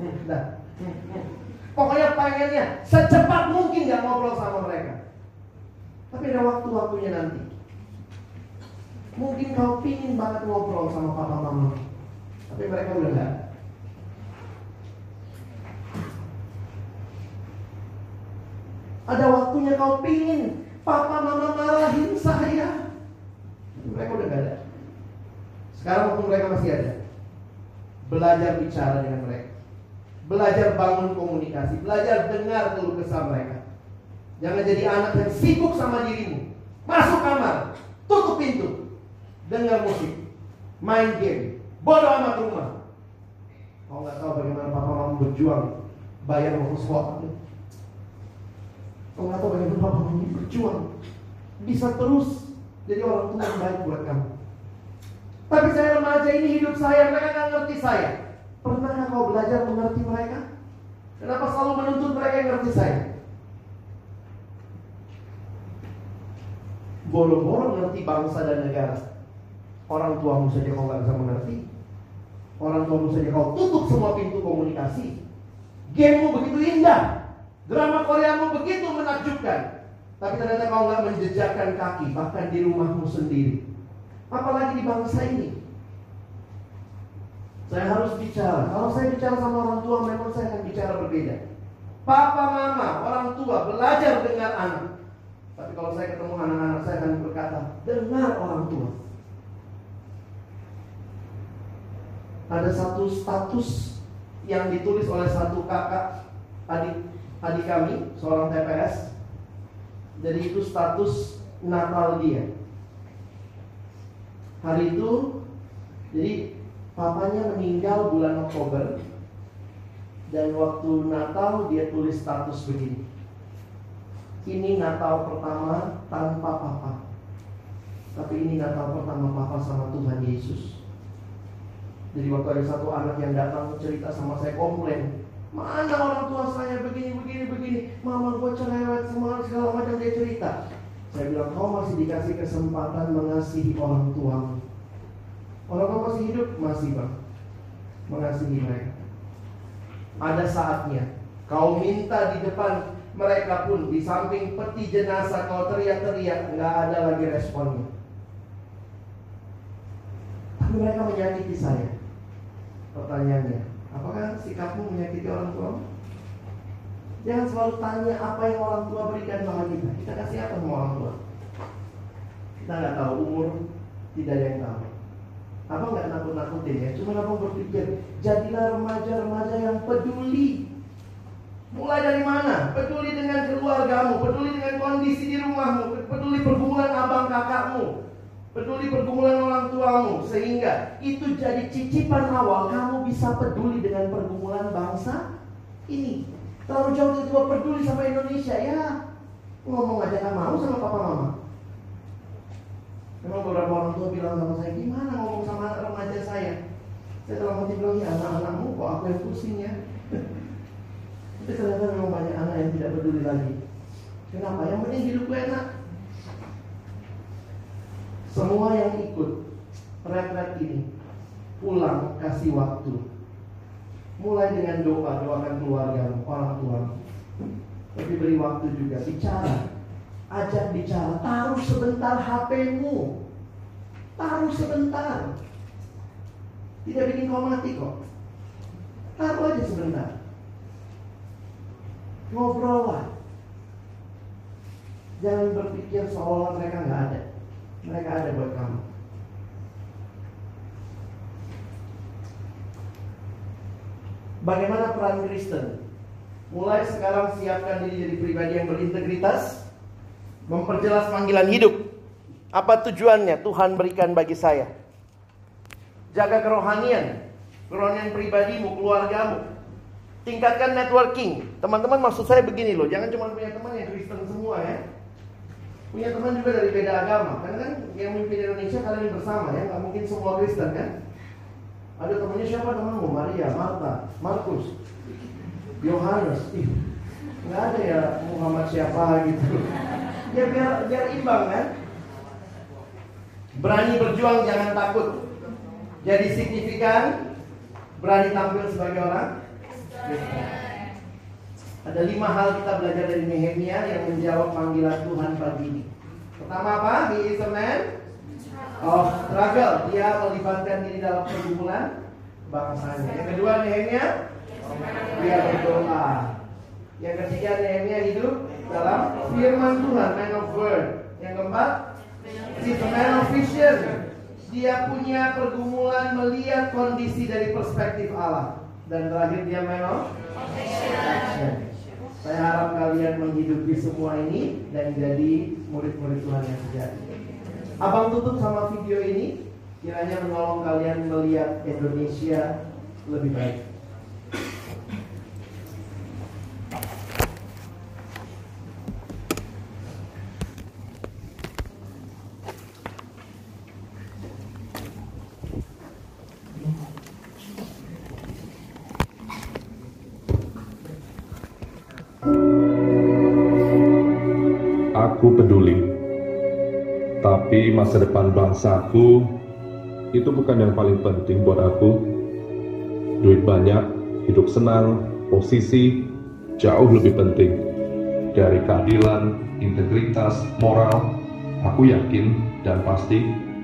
Pokoknya pengennya secepat mungkin nggak ngobrol sama mereka. Tapi ada waktu-waktunya nanti. Mungkin kau pingin banget ngobrol sama papa mama, tapi mereka udah nggak. Ada waktunya kau pingin papa mama marahin saya, mereka udah gak ada. Sekarang waktu mereka masih ada. Belajar bicara dengan mereka, belajar bangun komunikasi, belajar dengar keluh kesah mereka. Jangan jadi anak yang sibuk sama dirimu. Masuk kamar, tutup pintu, dengar musik, main game, bodoh amat rumah. Kau gak tahu bagaimana papa mama berjuang bayar uang sekolah. Kau gak tahu bagaimana papa mama berjuang bisa terus jadi orang tua yang baik buat kamu. Tapi saya remaja ini, hidup saya, mereka gak ngerti saya. Pernahkah kau belajar mengerti mereka? Kenapa selalu menuntut mereka yang ngerti saya? Boro-boro ngerti bangsa dan negara. Orang tuamu saja kau gak bisa mengerti. Orang tuamu saja kau tutup semua pintu komunikasi. Gamemu begitu indah, drama Koreamu begitu menakjubkan, tapi ternyata kau gak menjejakkan kaki bahkan di rumahmu sendiri. Apalagi di bangsa ini. Saya harus bicara. Kalau saya bicara sama orang tua, memang saya akan bicara berbeda. Papa, mama, orang tua belajar dengar anak. Tapi kalau saya ketemu anak-anak, saya akan berkata, dengar orang tua. Ada satu status yang ditulis oleh satu kakak adik kami, seorang TPS. Jadi itu status Natal dia. Hari itu, jadi papanya meninggal bulan Oktober, dan waktu Natal dia tulis status begini: ini Natal pertama tanpa papa, tapi ini Natal pertama papa sama Tuhan Yesus. Jadi waktu ada satu anak yang datang cerita sama saya, komplain, mana orang tua saya begini, mama gue cerewet semua segala macam, dia cerita. Saya bilang, kau masih dikasih kesempatan mengasihi orang tuamu. Orang tua masih hidup, masih bang, mengasihi mereka. Ada saatnya kau minta di depan mereka pun, di samping peti jenazah kau teriak-teriak, nggak ada lagi responnya. Tapi mereka menyakiti saya. Pertanyaannya, apakah sikapmu menyakiti orang tuamu? Jangan selalu tanya apa yang orang tua berikan sama kita. Kita kasih apa sama orang tua? Kita nggak tahu, umur tidak ada yang tahu. Abang nggak nakut-nakutin ya, cuma abang berpikir, jadilah remaja-remaja yang peduli. Mulai dari mana? Peduli dengan keluargamu, peduli dengan kondisi di rumahmu, peduli pergumulan abang kakakmu, peduli pergumulan orang tuamu, sehingga itu jadi cicipan awal kamu bisa peduli dengan pergumulan bangsa ini. Terlalu jauh tiba-tiba peduli sama Indonesia, ya ngomong aja gak mau sama papa mama. Memang beberapa orang tua bilang sama saya, gimana ngomong sama anak remaja saya? Saya dalam hati bilang, ya anak-anakmu kok aku yang pusing ya. Tapi ternyata memang banyak anak yang tidak peduli lagi. Kenapa? Yang penting hidupku enak. Semua yang ikut retret ini, pulang kasih waktu. Mulai dengan doa, doakan keluargamu, orang tuamu. Tapi beri waktu juga, bicara. Ajak bicara, taruh sebentar HP-mu. Taruh sebentar. Tidak bikin kau mati kok. Taruh aja sebentar. Ngobrol lah. Jangan berpikir seolah mereka nggak ada. Mereka ada buat kamu. Bagaimana peran Kristen? Mulai sekarang siapkan diri jadi pribadi yang berintegritas, memperjelas panggilan hidup. Apa tujuannya Tuhan berikan bagi saya? Jaga kerohanian pribadimu, keluargamu. Tingkatkan networking. Teman-teman, maksud saya begini loh, jangan cuma punya teman yang Kristen semua ya. Punya teman juga dari beda agama. Karena kan yang memimpin Indonesia kalian bersama ya, nggak mungkin semua Kristen kan. Ada temannya siapa temanmu? Maria, Marta, Markus, Yohanes. Nggak ada ya Muhammad siapa gitu. Ya biar imbang kan. Berani berjuang, jangan takut. Jadi signifikan, berani tampil sebagai orang. Ada 5 hal kita belajar dari Nehemia yang menjawab panggilan Tuhan pagi ini. Pertama apa? He is a man of struggle. Dia melibatkan diri dalam pergumulan bangsanya. Yang kedua, Nehemia dia berdoa. Yang ketiga, Nehemia hidup dalam firman Tuhan, man of word. Yang keempat, he is a man of vision. Dia punya pergumulan melihat kondisi dari perspektif Allah. Dan terakhir, dia man of action. Saya harap kalian menghidupi semua ini dan jadi murid-murid Tuhan yang sejati. Abang tutup sama video ini, kiranya menolong kalian melihat Indonesia lebih baik. Aku peduli, tapi masa depan bangsaku itu bukan yang paling penting buat aku. Duit banyak, hidup senang, posisi jauh lebih penting. Dari keadilan, integritas, moral, aku yakin dan pasti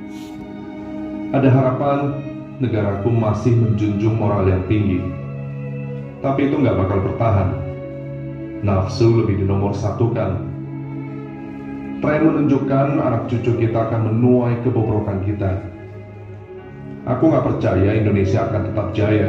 ada harapan negaraku masih menjunjung moral yang tinggi. Tapi itu nggak bakal bertahan. Nafsu lebih dinomorsatukan. Tren menunjukkan anak cucu kita akan menuai kebobrokan kita. Aku gak percaya Indonesia akan tetap jaya.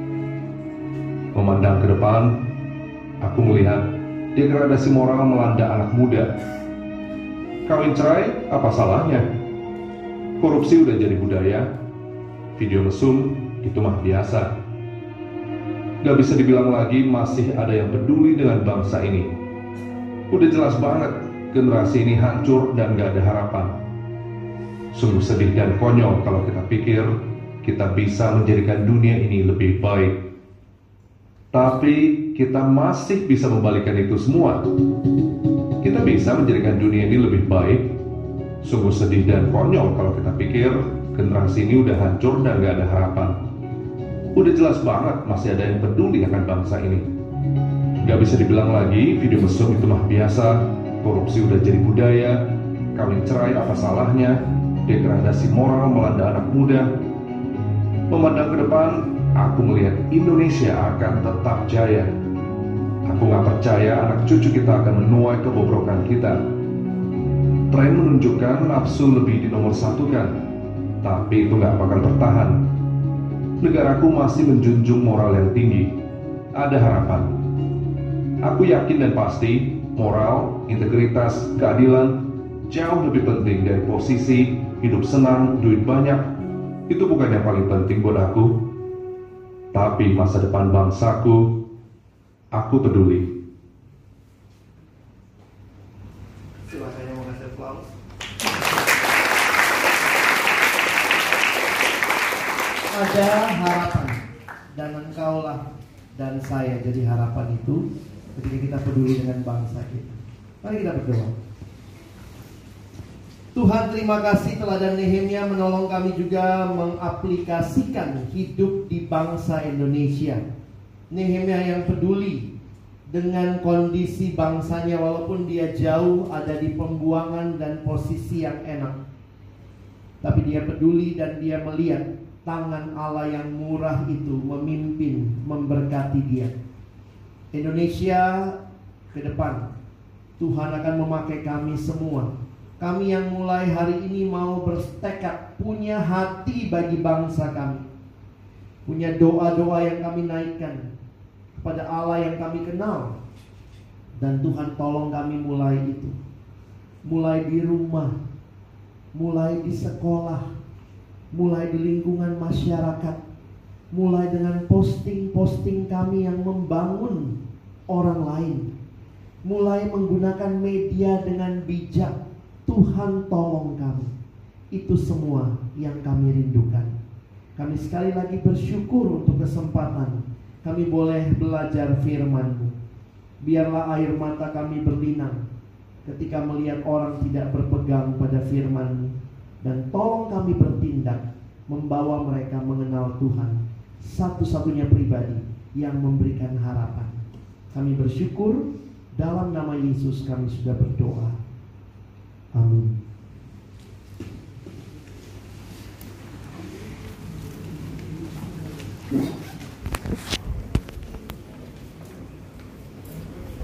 Memandang ke depan, aku melihat degradasi moral melanda anak muda. Kawin cerai, apa salahnya? Korupsi udah jadi budaya. Video mesum, itu mah biasa. Gak bisa dibilang lagi masih ada yang peduli dengan bangsa ini. Udah jelas banget generasi ini hancur dan gak ada harapan. Sungguh sedih dan konyol kalau kita pikir kita bisa menjadikan dunia ini lebih baik. Tapi kita masih bisa membalikkan itu semua. Kita bisa menjadikan dunia ini lebih baik. Sungguh sedih dan konyol kalau kita pikir generasi ini udah hancur dan gak ada harapan. Udah jelas banget masih ada yang peduli akan bangsa ini. Gak bisa dibilang lagi video mesum itu mah biasa. Korupsi udah jadi budaya, kawin cerai apa salahnya, degradasi moral melanda anak muda. Memandang ke depan, aku melihat Indonesia akan tetap jaya. Aku gak percaya anak cucu kita akan menuai kebobrokan kita. Tren menunjukkan nafsu lebih dinomorsatukan, tapi itu gak bakal bertahan. Negaraku masih menjunjung moral yang tinggi. Ada harapan. Aku yakin dan pasti moral, integritas, keadilan jauh lebih penting dari posisi, hidup senang, duit banyak. Itu bukan yang paling penting buat aku. Tapi masa depan bangsaku, aku peduli. Silakan yang mau kasih aplaus. Ada harapan, dan engkaulah dan saya jadi harapan itu ketika kita peduli dengan bangsa kita. Mari kita berdoa. Tuhan, terima kasih teladan Nehemia menolong kami juga mengaplikasikan hidup di bangsa Indonesia. Nehemia yang peduli dengan kondisi bangsanya walaupun dia jauh ada di pembuangan dan posisi yang enak. Tapi dia peduli dan dia melihat tangan Allah yang murah itu memimpin, memberkati dia. Indonesia ke depan, Tuhan akan memakai kami semua. Kami yang mulai hari ini mau bertekad punya hati bagi bangsa kami. Punya doa-doa yang kami naikkan kepada Allah yang kami kenal. Dan Tuhan tolong kami mulai itu. mulai di rumah, mulai di sekolah, mulai di lingkungan masyarakat, mulai dengan posting-posting kami yang membangun orang lain, mulai menggunakan media dengan bijak. Tuhan tolong kami. Itu semua yang kami rindukan. Kami sekali lagi bersyukur untuk kesempatan kami boleh belajar firman-Mu. Biarlah air mata kami berlinang ketika melihat orang tidak berpegang pada firman-Mu. Dan tolong kami bertindak membawa mereka mengenal Tuhan, satu-satunya pribadi yang memberikan harapan. Kami bersyukur, dalam nama Yesus kami sudah berdoa. Amin.